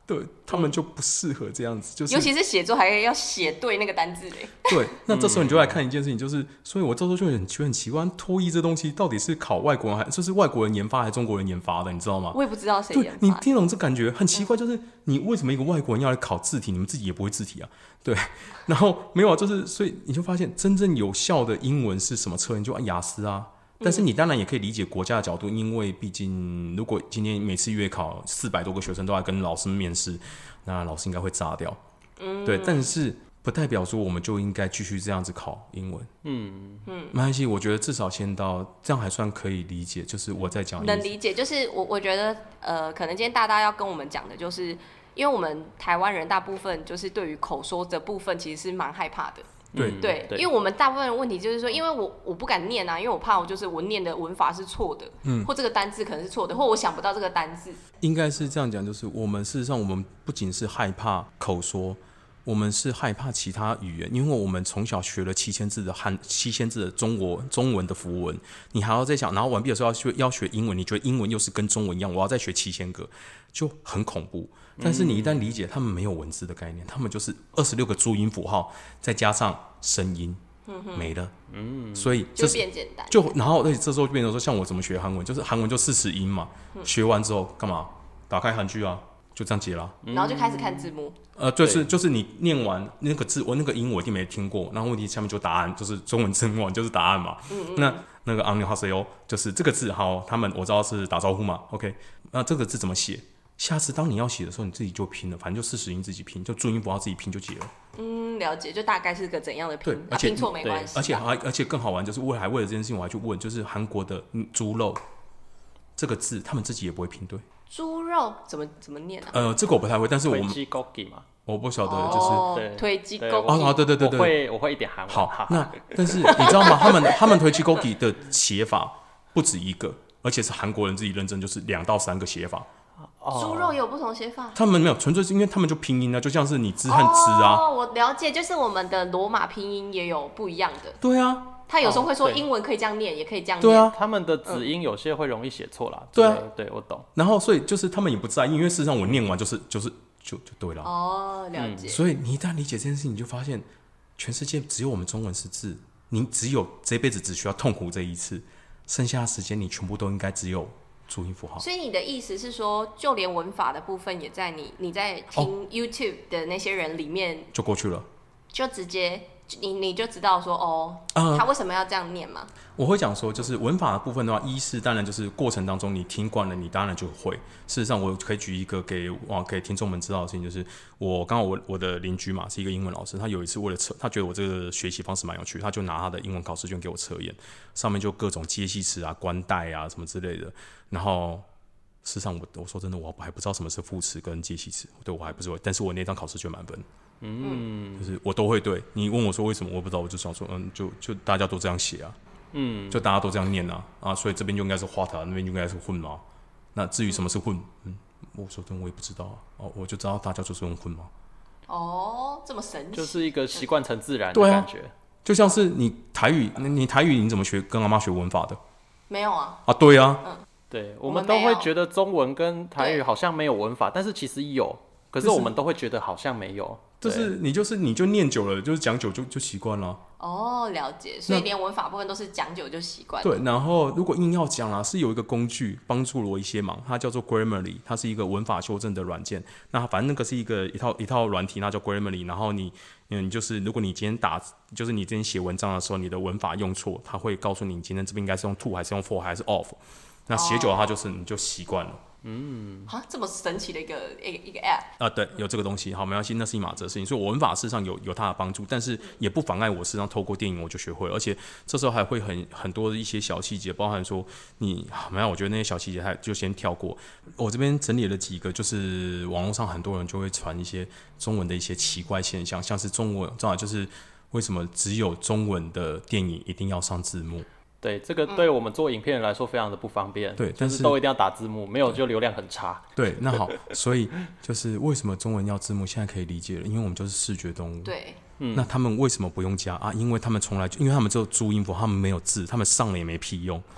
对他们就不适合这样子，就是尤其是写作还要写对那个单字嘞。 对，那这时候你就来看一件事情，就是所以我这时候就很觉得很奇怪，脱衣这东西到底是考外国人还就是外国人研发还是中国人研发的，你知道吗？ 我也不知道谁对研发的。 你听懂这感觉很奇怪，就是你为什么一个外国人要来考字体，你们自己也不会字体啊？对，然后没有啊，就是所以你就发现真正有效的英文是什么测验？就按雅思啊。但是你当然也可以理解国家的角度，因为毕竟如果今天每次月考四百多个学生都来跟老师面试，那老师应该会炸掉。嗯，对，但是不代表说我们就应该继续这样子考英文。嗯嗯，没关系，我觉得至少先到这样还算可以理解。就是我在讲能理解，就是我我觉得呃，可能今天大大要跟我们讲的就是，因为我们台湾人大部分就是对于口说的部分其实是蛮害怕的。 对、 嗯、对，因为我们大部分的问题就是说，因为我我不敢念啊，因为我怕我就是我念的文法是错的，嗯，或这个单字可能是错的，或我想不到这个单字。 应该是这样讲，就是我们事实上我们不仅是害怕口说，我们是害怕其他语言，因为我们从小学了七千字的汉七千字的中国中文的符文，你还要再想，然后完毕的时候要学要学英文，你觉得英文又是跟中文一样，我要再学七千个，就很恐怖。但是你一旦理解，他们没有文字的概念，他们就是二十六个注音符号，再加上声音，嗯、没了。嗯，所以就变简单。 就然后，而且这时候就变成说，像我怎么学韩文，就是韩文就四十音嘛，嗯、学完之后干嘛？打开韩剧啊，就这样解了。 然后就开始看字幕。 呃，就是就是你念完那个字，我那个音我一定没听过，然后问题下面就答案，就是中文字幕就是答案嘛。嗯嗯那那个안녕하세요就是这个字，好，他们我知道是打招呼嘛 ，OK， 那这个字怎么写？下次当你要写的时候，你自己就拼了，反正就四十音自己拼，就注音符号自己拼就解了。 嗯，了解，就大概是个怎样的拼， 对，而且、 啊、拼错没关系。 而且还而且更好玩，就是我还为了这件事情，我还去问，就是韩国的猪肉这个字，他们自己也不会拼对。 猪肉怎么怎么念啊？ 呃，这个我不太会，但是我们我不晓得，就是、 哦、推机勾哦，对对对对， 我会我会一点韩文。 好，那但是你知道吗？他们他们推机勾的写法不止一个，而且是韩国人自己认证，就是两到三个写法。 猪肉也有不同写法， 他们没有，纯粹是因为他们就拼音啊，就像是你字和字啊。 哦，我了解，就是我们的罗马拼音也有不一样的。 对啊， 他有时候会说英文可以这样念，也可以这样念。 对啊， 他们的子音有些会容易写错啦。 对啊， 对我懂。 然后所以就是他们也不在意，因为事实上我念完就是就是就就对了。 哦，了解、嗯。 所以你一旦理解这件事情，你就发现全世界只有我们中文是字，你只有这辈子只需要痛苦这一次，剩下的时间你全部都应该只有注音符号。 所以你的意思是说，就连文法的部分也在你你在听 YouTube 的那些人里面、哦、 就过去了， 就直接你你就知道说哦、嗯，他为什么要这样念吗？ 我会讲说，就是文法的部分的话，一是当然就是过程当中你听惯了，你当然就会。事实上，我可以举一个给哇给听众们知道的事情，就是我刚好我我的邻居嘛是一个英文老师，他有一次为了测，他觉得我这个学习方式蛮有趣，他就拿他的英文考试卷给我测验，上面就各种接系词啊、关带啊什么之类的。然后事实上我我说真的，我还不知道什么是副词跟接系词，对我还不知道，但是我那张考试卷满分。嗯，就是我都会对。你问我说为什么，我不知道，我就想说，嗯，就就大家都这样写啊，嗯，就大家都这样念啊，啊，所以这边就应该是花塔，那边就应该是混嘛。那至于什么是混，嗯，我说真的我也不知道啊，哦，我就知道大家就是用混嘛。 哦，这么神奇， 就是一个习惯成自然的感觉、啊， 就像是你台语，你台语你怎么学？跟阿妈学文法的？ 没有啊。 啊，对啊，嗯， 对，我们都会觉得中文跟台语好像没有文法，但是其实有，可是我们都会觉得好像没有。 就是你就是你就念久了，就是讲久就就习惯了。 哦，了解，所以连文法部分都是讲久就习惯。 对，然后如果硬要讲啦，是有一个工具帮助了我一些忙，它叫做 Grammarly， 它是一个文法修正的软件。那反正那个是一个一套一套软体，那叫 Grammarly。然后你嗯，就是如果你今天打，就是你今天写文章的时候，你的文法用错，它会告诉你你今天这边应该是用 to 还是用 for 还是 of。那写久了，它就是你就习惯了。 嗯，啊，这么神奇的一个一个一个 app 啊，对，有这个东西，好，没关系，那是一码子的事情。所以我文法事实上有有它的帮助，但是也不妨碍我事实上透过电影我就学会了，而且这时候还会很很多的一些小细节，包含说你没有，我觉得那些小细节还就先跳过。我这边整理了几个，就是网络上很多人就会传一些中文的一些奇怪现象，像是中文，正好就是为什么只有中文的电影一定要上字幕。 对，这个对我们做影片人来说非常的不方便。 对， 但是都一定要打字幕，没有就流量很差。 对，那好，所以就是为什么中文要字幕，现在可以理解了，因为我们就是视觉动物。 对， 嗯，那他们为什么不用加啊？因为他们从来就，因为他们只有注音符，他们没有字，他们上了也没屁用。嗯，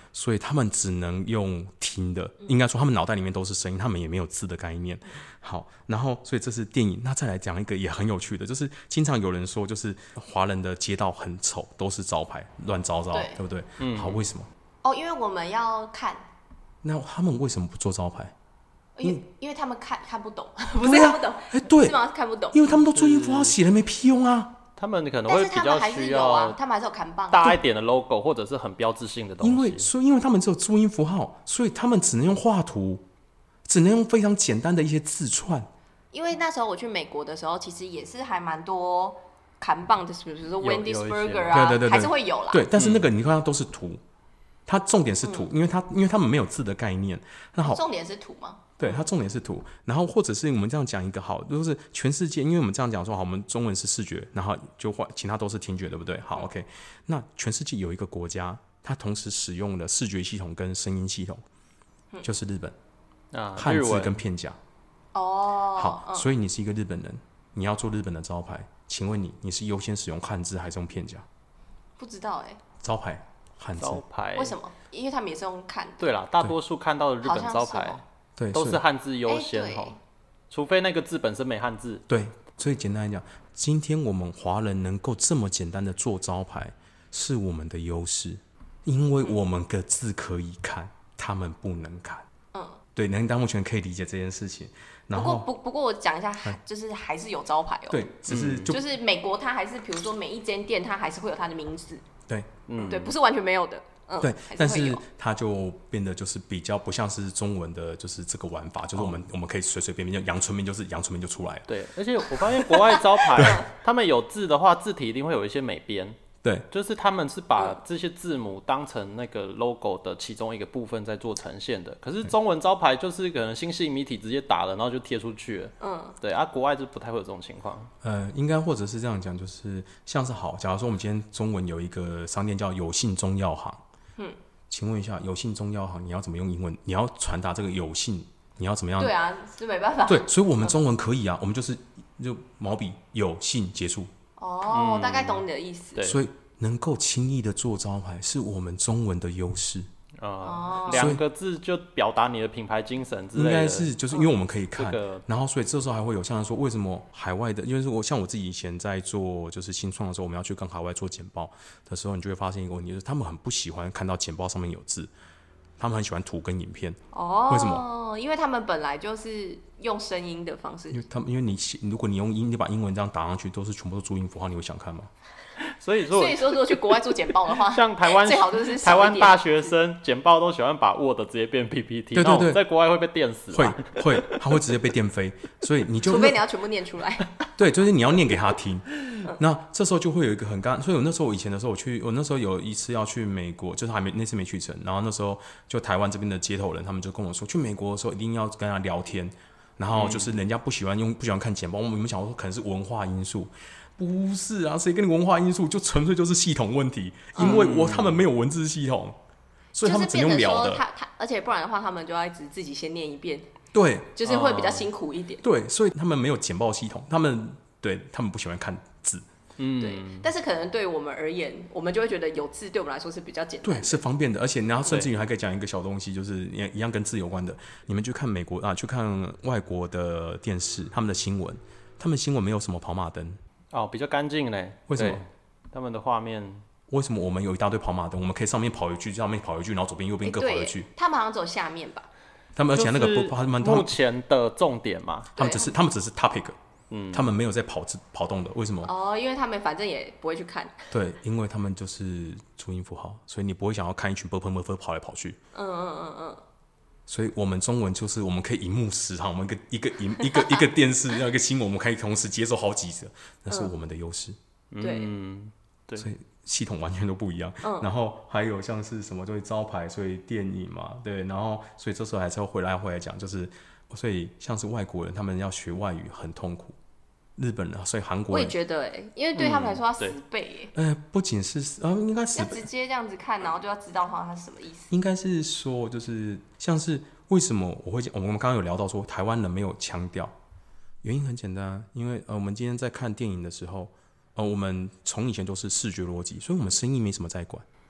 所以他们只能用听的，应该说他们脑袋里面都是声音，他们也没有字的概念。好，然后所以这是电影。那再来讲一个也很有趣的，就是经常有人说，就是华人的街道很丑，都是招牌乱糟糟， 对, 对不对？嗯，好，为什么？ 哦，因为我们要看。 那他们为什么不做招牌？ 因为因为他们看看不懂，不是看不懂， 哎、啊，对， 是吗？看不懂， 因为他们都注音符号写了没屁用啊。 他们可能会比较需要， 他们还是有看棒大一点的 logo 或者是很标志性的东西。 因为所以因为他们只有注音符号，所以他们只能用画图，只能用非常简单的一些字串。 因为那时候我去美国的时候，其实也是还蛮多看棒的，比如说 Wendy's Burger 啊， 对对对， 还是会有啦。 对，但是那个你看它都是图，它重点是图，嗯、因为它因为他们没有字的概念。那好， 重点是图吗？ 对，它重点是图，然后或者是我们这样讲一个好，就是全世界，因为我们这样讲说好，我们中文是视觉，然后就换其他都是听觉，对不对？好 ，OK， 那全世界有一个国家，它同时使用了视觉系统跟声音系统，嗯、就是日本， 啊， 汉字跟片假。 哦， 好， 嗯、 所以你是一个日本人，你要做日本的招牌，请问你你是优先使用汉字还是用片假？ 不知道哎、欸。 招牌汉字， 招牌为什么？因为他们也是用看的。 对啦，大多数看到的日本招牌。 对， 都是汉字优先、 欸、 除非那个字本身没汉字。 对，所以简单来讲，今天我们华人能够这么简单的做招牌，是我们的优势，因为我们的字可以看，他们不能看。嗯，对，能当目前可以理解这件事情。然后不过不不过我讲一下，就是还是有招牌哦。 对，只是就、 嗯、就是美国它还是，比如说每一间店它还是会有它的名字。 对， 嗯，对，不是完全没有的。嗯、 对， 是但是它就变得就是比较不像是中文的，就是这个玩法，就是我们、哦、我们可以随随便便就阳春面就是阳春面就出来了。 对，而且我发现国外招牌，他们有字的话，字体一定会有一些美编。 对， 就是他们是把这些字母当成那个 logo 的其中一个部分在做呈现的。可是中文招牌就是可能新细谜体直接打了，然后就贴出去了。嗯，对啊，国外就不太会有这种情况。 呃，应该或者是这样讲，就是像是好，假如说我们今天中文有一个商店叫有信中药行，嗯。请问一下，有信中药行你要怎么用英文？你要传达这个有信，你要怎么样？ 对啊，是没办法。 对，所以我们中文可以啊，我们就是就毛笔有信结束。 哦，我大概懂你的意思。 对， 所以能够轻易的做招牌，是我们中文的优势。 哦，两个字就表达你的品牌精神之类的， 应该是就是因为我们可以看， 嗯这个、 然后所以这时候还会有像说为什么海外的，因为我像我自己以前在做就是新创的时候，我们要去跟海外做简报的时候，你就会发现一个问题，就是他们很不喜欢看到简报上面有字，他们很喜欢图跟影片。 哦， 为什么？ 因为他们本来就是用声音的方式， 因为他们因为你如果你用英，你把英文这样打上去，都是全部都注音符号，你会想看吗？ 所以说， 所以说，如果去国外做简报的话， 像台湾最好就是台湾大学生简报都喜欢把 Word 直接变 P P T， 对对对， 在国外会被电死， 会会，他会直接被电飞，所以你就除非你要全部念出来， 对，就是你要念给他听。那这时候就会有一个很尴，所以我那时候我以前的时候，我去，我那时候有一次要去美国，就是还没那次没去成，然后那时候就台湾这边的街头人，他们就跟我说，去美国的时候一定要跟他聊天，然后就是人家不喜欢用不喜欢看简报，我们想说可能是文化因素。不是啊，谁跟你文化因素？就纯粹就是系统问题，因为我、嗯、他们没有文字系统，所以他们只用聊的。 就是、他他而且不然的话，他们就要一直自己先念一遍。 对， 就是会比较辛苦一点。 对，所以他们没有简报系统，他们对他们不喜欢看字。 嗯，对。但是可能对我们而言，我们就会觉得有字对我们来说是比较简单的， 对，是方便的，而且然后甚至于还可以讲一个小东西，就是一样跟字有关的。你们去看美国啊，去看外国的电视，他们的新闻，他们新闻没有什么跑马灯。 哦，比较干净嘞。 为什么？ 他们的画面为什么我们有一大堆跑马灯？我们可以上面跑一句，上面跑一句，然后左边右边各跑一句。 他们好像走下面吧？ 他们而且那个不，他们目前的重点嘛， 他们只是他们只是 topic， 嗯，他们没有在跑跑动的，为什么？ 哦，因为他们反正也不会去看。 对，因为他们就是注音符号，所以你不会想要看一群 b p m f 跑来跑去。 嗯嗯嗯嗯。 所以我们中文就是我们可以一目十行，我们一个一个一个一个电视，要一个新闻，我们可以同时接受好几个，那是我们的优势。 对、 嗯，对， 所以系统完全都不一样。嗯、然后还有像是什么，就是招牌，所以电影嘛，对，然后所以这时候还是要回来回来讲，就是所以像是外国人，他们要学外语很痛苦。日本人，所以韩国人， 我也觉得哎、欸，因为对他们来说要死背哎、 欸。呃，不仅是呃，应该是要直接这样子看，然后就要知道它是什么意思。 应该是说，就是像是为什么我会讲，我们刚刚有聊到说台湾人没有腔调，原因很简单、啊，因为呃，我们今天在看电影的时候，呃，我们从以前都是视觉逻辑，所以我们声音没什么在管。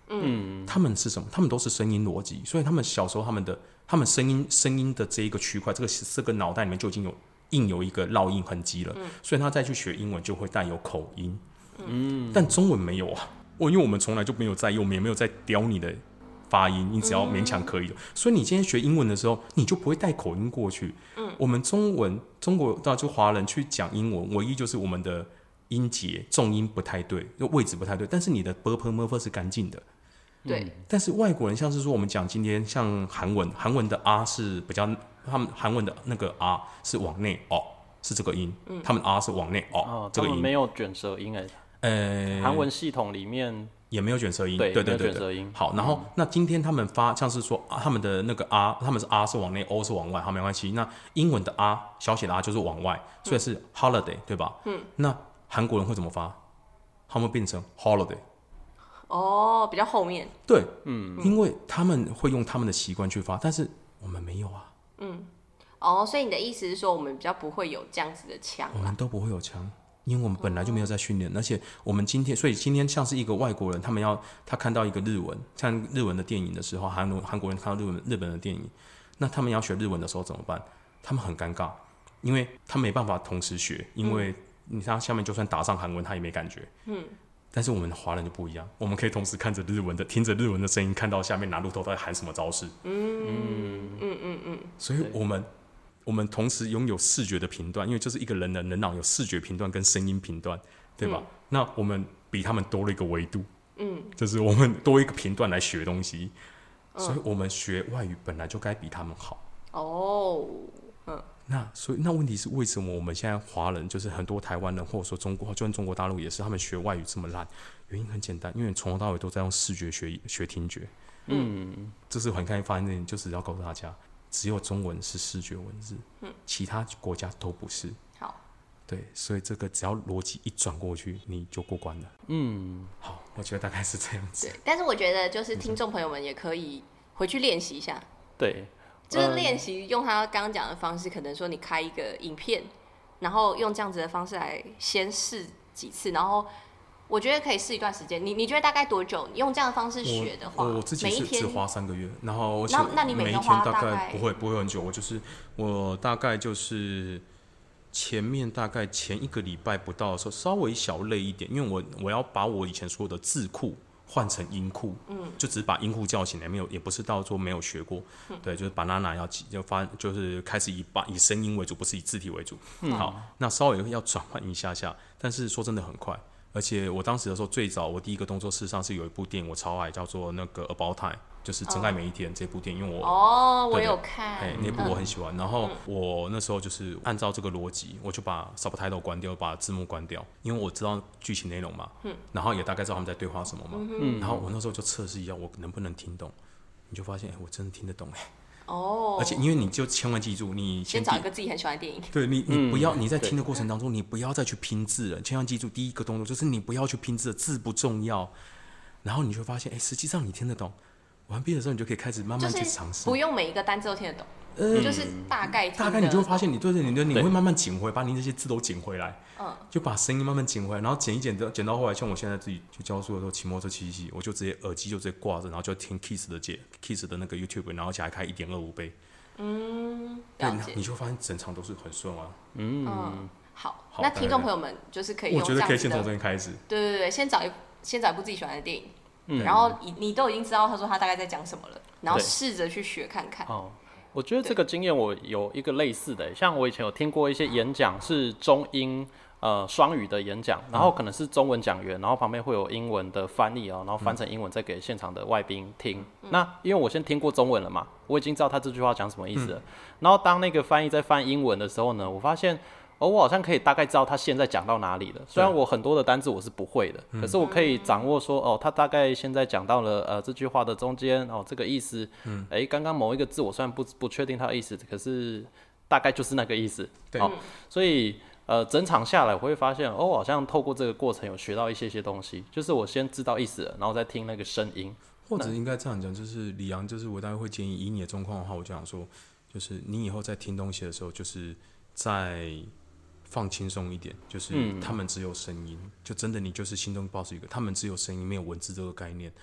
嗯，他们是什么？他们都是声音逻辑，所以他们小时候他们的他们声音声音的这一个区块，这个这个脑袋里面就已经有印有一个烙印痕迹了，嗯、所以他再去学英文就会带有口音。嗯，但中文没有啊，我因为我们从来就没有在意，我们也没有在雕你的发音，你只要勉强可以的。嗯、所以你今天学英文的时候，你就不会带口音过去。嗯，我们中文中国到就华人去讲英文，唯一就是我们的音节重音不太对，位置不太对，但是你的 b p m f 是干净的。 对、嗯， 但是外国人像是说我们讲今天像韩文，韩文的 R 是比较，他们韩文的那个 R 是往内哦，是这个音，嗯、他们 R 是往内哦，哦，这个音没有卷舌音哎，呃，韩文系统里面也没有卷舌音， 对对对对对， 好，然后、嗯、那今天他们发像是说、啊、他们的那个 R， 他们是 R 是往内 ，O 是往外，好没关系。那英文的 R 小写的 R 就是往外，所以是 holiday、嗯、对吧？嗯，那韩国人会怎么发？他们变成 holiday。 哦，比较后面。 对，嗯，因为他们会用他们的习惯去发，但是我们没有啊。 嗯，哦，所以你的意思是说，我们比较不会有这样子的腔？ 我们都不会有腔，因为我们本来就没有在训练，哦、而且我们今天，所以今天像是一个外国人，他们要他看到一个日文，像日文的电影的时候，韩韩国人看到日文日本的电影，那他们要学日文的时候怎么办？他们很尴尬，因为他没办法同时学，因为你看下面就算打上韩文，他也没感觉。嗯。但是我们华人就不一样，我们可以同时看着日文的，听着日文的声音，看到下面拿鹿头在喊什么招式。嗯嗯嗯嗯。所以我们我们同时拥有视觉的频段，因为就是一个人的人脑有视觉频段跟声音频段，对吧？嗯、那我们比他们多了一个维度，嗯，就是我们多一个频段来学东西，嗯、所以我们学外语本来就该比他们好。哦。嗯，那所以那问题是为什么我们现在华人就是很多台湾人或者说中国，就算中国大陆也是，他们学外语这么烂？原因很简单，因为从头到尾都在用视觉学学听觉。嗯，这是很开心发现的，就是要告诉大家，只有中文是视觉文字，嗯，其他国家都不是。 好， 对，所以这个只要逻辑一转过去，你就过关了。嗯，好，我觉得大概是这样子。 对，但是我觉得就是听众朋友们也可以回去练习一下。 对。 就是练习用他刚刚讲的方式，可能说你开一个影片，然后用这样子的方式来先试几次，然后我觉得可以试一段时间。你你觉得大概多久？你用这样的方式学的话， 我, 我自己是只花三个月，然后那那你每一天大概不会不会很久，我就是我大概就是前面大概前一个礼拜不到的时候稍微小累一点，因为我我要把我以前所有的字库换成音库，嗯，就只是把音库叫醒来，没有，也不是到说没有学过，嗯、对，就是 banana 要就发，就是开始以把以声音为主，不是以字体为主。嗯、好，那稍微要转换一下下，但是说真的很快，而且我当时的时候最早，我第一个动作事实上是有一部电影我超爱，叫做那个 About Time， 就是《真爱每一天》这部电影，因为我哦，我有看， 哎，那部我很喜欢。然后我那时候就是按照这个逻辑，我就把 subtitle 关掉，把字幕关掉，因为我知道剧情内容嘛，嗯，然后也大概知道他们在对话什么嘛，嗯，然后我那时候就测试一下我能不能听懂，你就发现，哎，我真的听得懂哎。哦，而且因为你就千万记住，你先, 先找一个自己很喜欢的电影。 对你，你不要、嗯、你在听的过程当中，你不要再去拼字了。千万记住，第一个动作就是你不要去拼字，字不重要。然后你就发现，哎，实际上你听得懂。完毕的时候，你就可以开始慢慢去尝试， 不用每一个单字都听得懂，呃、就是大概听大概你就会发现你，对对，你的你会慢慢捡回，把你那些字都捡回来，嗯，就把声音慢慢捡回来，然后捡一捡的，捡到后来，像我现在自己去教书的时候，骑摩托车骑骑，我就直接耳机就直接挂着，然后就听 Kiss 的节 Kiss 的那个 YouTube， 然后起来开一点二五倍，嗯，了解，你就发现整场都是很顺啊，嗯， 嗯好，好，那听众朋友们就是可以用我觉得可以先从这边开始， 对对对，先找一先找一部自己喜欢的电影。嗯、然后你你都已经知道他说他大概在讲什么了，然后试着去学看看。 哦，我觉得这个经验我有一个类似的，像我以前有听过一些演讲是中英呃双语的演讲，然后可能是中文讲员，然后旁边会有英文的翻译哦，然后翻成英文再给现场的外宾听。嗯、那因为我先听过中文了嘛，我已经知道他这句话讲什么意思了。嗯、然后当那个翻译在翻英文的时候呢，我发现。哦，我好像可以大概知道他现在讲到哪里了。虽然我很多的单字我是不会的，嗯、可是我可以掌握说，哦，他大概现在讲到了呃这句话的中间，哦这个意思，嗯，哎，刚刚某一个字我虽然不不确定它的意思，可是大概就是那个意思。 对， 哦，所以呃整场下来我会发现，哦，我好像透过这个过程有学到一些些东西，就是我先知道意思了，然后再听那个声音。 或者应该这样讲，就是李阳，就是我大概会建议，以你的状况的话，我就想说，就是你以后在听东西的时候，就是在放轻松一点，就是他们只有声音，嗯、就真的你就是心中抱着一个，他们只有声音，没有文字这个概念。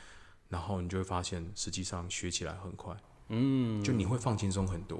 然后你就会发现实际上学起来很快，嗯，就你会放轻松很多。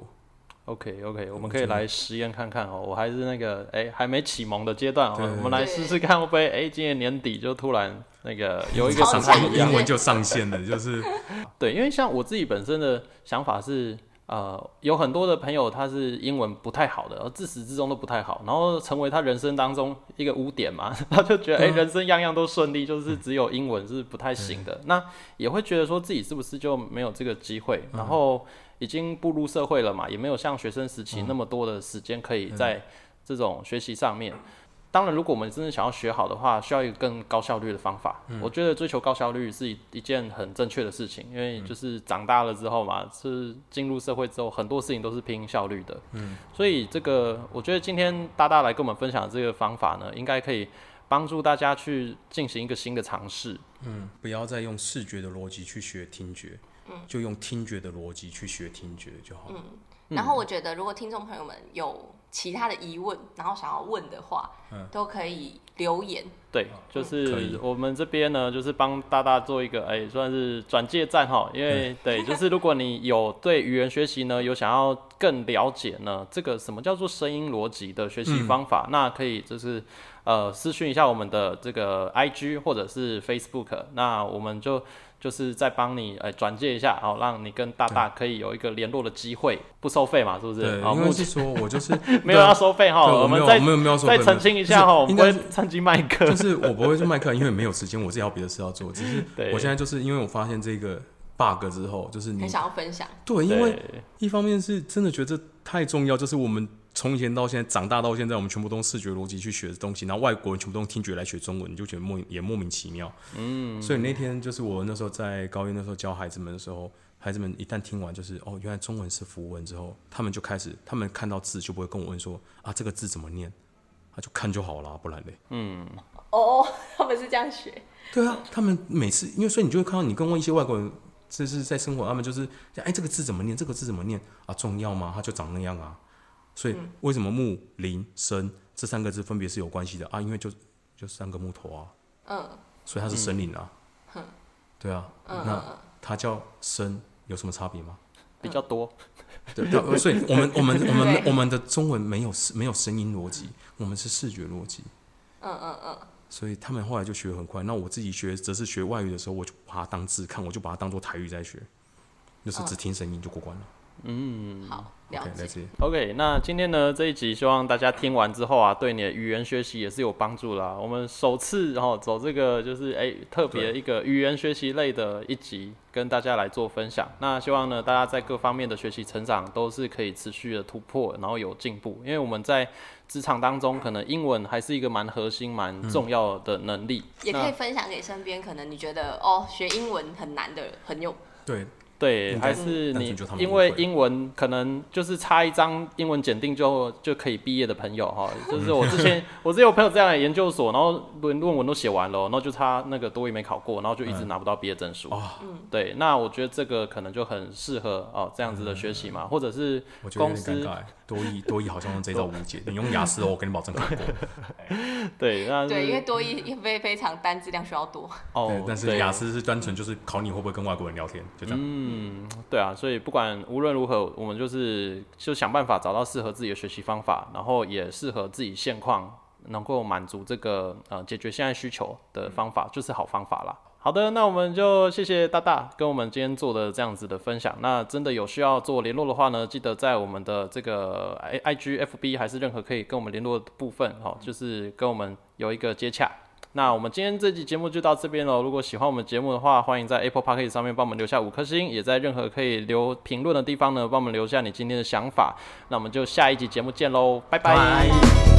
OK OK， 我们可以来实验看看哦。我还是那个哎、欸、还没启蒙的阶段哦，我们来试试看会不会哎、欸、今年年底就突然那个有一个上线英文就上线了，就是对，因为像我自己本身的想法是。呃，有很多的朋友他是英文不太好的，而自始至终都不太好，然后成为他人生当中一个污点嘛，他就觉得哎、欸，人生样样都顺利，就是只有英文是不太行的，那也会觉得说自己是不是就没有这个机会，然后已经步入社会了嘛，也没有像学生时期那么多的时间可以在这种学习上面。当然，如果我们真的想要学好的话，需要一个更高效率的方法。嗯、我觉得追求高效率是 一, 一件很正确的事情，因为就是长大了之后嘛，是进入社会之后，很多事情都是拼效率的。嗯，所以这个我觉得今天大大来跟我们分享的这个方法呢，应该可以帮助大家去进行一个新的尝试。 嗯，不要再用视觉的逻辑去学听觉，嗯、就用听觉的逻辑去学听觉就好了。 嗯，然后我觉得如果听众朋友们有其他的疑问，然后想要问的话，嗯、都可以留言。 对，就是我们这边呢，就是帮大大做一个，哎、欸，算是转介站哈。因为、嗯、对，就是如果你有对语言学习呢，有想要更了解呢，这个什么叫做声音逻辑的学习方法，嗯、那可以就是呃私讯一下我们的这个 I G 或者是 Facebook， 那我们就。就是再帮你呃转介一下，好、哦、让你跟大大可以有一个联络的机会，不收费嘛，是不是？ 对，因为是说我就是没有要收费哈，我们再再澄清一下哈，我们不会趁机卖课， 就是我不会去卖课，因为没有时间，我自己还有别的事要做。只是我现在就是因为我发现这个 bug 之后，就是你很想要分享。 对，因为一方面是真的觉得这太重要，就是我们。从以前到现在，长大到现在，我们全部都用视觉逻辑去学的东西，然后外国人全部都用听觉来学中文，你就觉得莫也莫名其妙。嗯，所以那天就是我那时候在高一那时候教孩子们的时候，孩子们一旦听完就是哦，原来中文是符文之后，他们就开始，他们看到字就不会跟我问说啊这个字怎么念，他就看就好了，不然嘞。嗯， 哦，他们是这样学。 对啊，他们每次因为所以你就会看到你跟问一些外国人，就是在生活，他们就是哎这个字怎么念，这个字怎么念啊重要吗？它就长那样啊。所以为什么木、林、森这三个字分别是有关系的啊？因为就就三个木头啊，嗯，所以它是森林啊，嗯，对啊，嗯、那它叫森有什么差别吗？ 比较多， 对，对，所以我们我们我们我们的中文没有没有声音逻辑，我们是视觉逻辑，嗯嗯嗯，所以他们后来就学得很快。那我自己学则是学外语的时候，我就把它当字看，我就把它当做台语在学，就是只听声音就过关了。 嗯，好，了解。 OK， 那今天呢这一集，希望大家听完之后啊，对你的语言学习也是有帮助啦。我们首次哦走这个就是哎、欸、特别一个语言学习类的一集，跟大家来做分享。那希望呢大家在各方面的学习成长都是可以持续的突破，然后有进步。因为我们在职场当中，可能英文还是一个蛮核心、蛮重要的能力、 嗯，也可以分享给身边可能你觉得哦学英文很难的朋友。 对。 对，还是你因为英文可能就是差一张英文检定就就可以毕业的朋友哈，就是我之前我之前有朋友这样的研究所，然后论论文都写完了，然后就差那个多益没考过，然后就一直拿不到毕业证书。嗯，对，那我觉得这个可能就很适合哦这样子的学习嘛，或者是公司。我觉得有点尴尬， 多益多益好像用这招无解，你用雅思哦，我跟你保证考过。 对，那对，因为多益非非常单字量需要多。 哦，但是雅思是单纯就是考你会不会跟外国人聊天，就这样。 嗯嗯，对啊，所以不管无论如何，我们就是就想办法找到适合自己的学习方法，然后也适合自己现况，能够满足这个呃解决现在需求的方法，就是好方法啦。好的，那我们就谢谢大大跟我们今天做的这样子的分享。那真的有需要做联络的话呢，记得在我们的这个 I G F B 还是任何可以跟我们联络的部分，哦，就是跟我们有一个接洽。那我们今天这集节目就到这边了。如果喜欢我们节目的话，欢迎在 Apple Podcast 上面帮我们留下五颗星，也在任何可以留评论的地方呢，帮我们留下你今天的想法。那我们就下一集节目见喽，拜拜。Bye.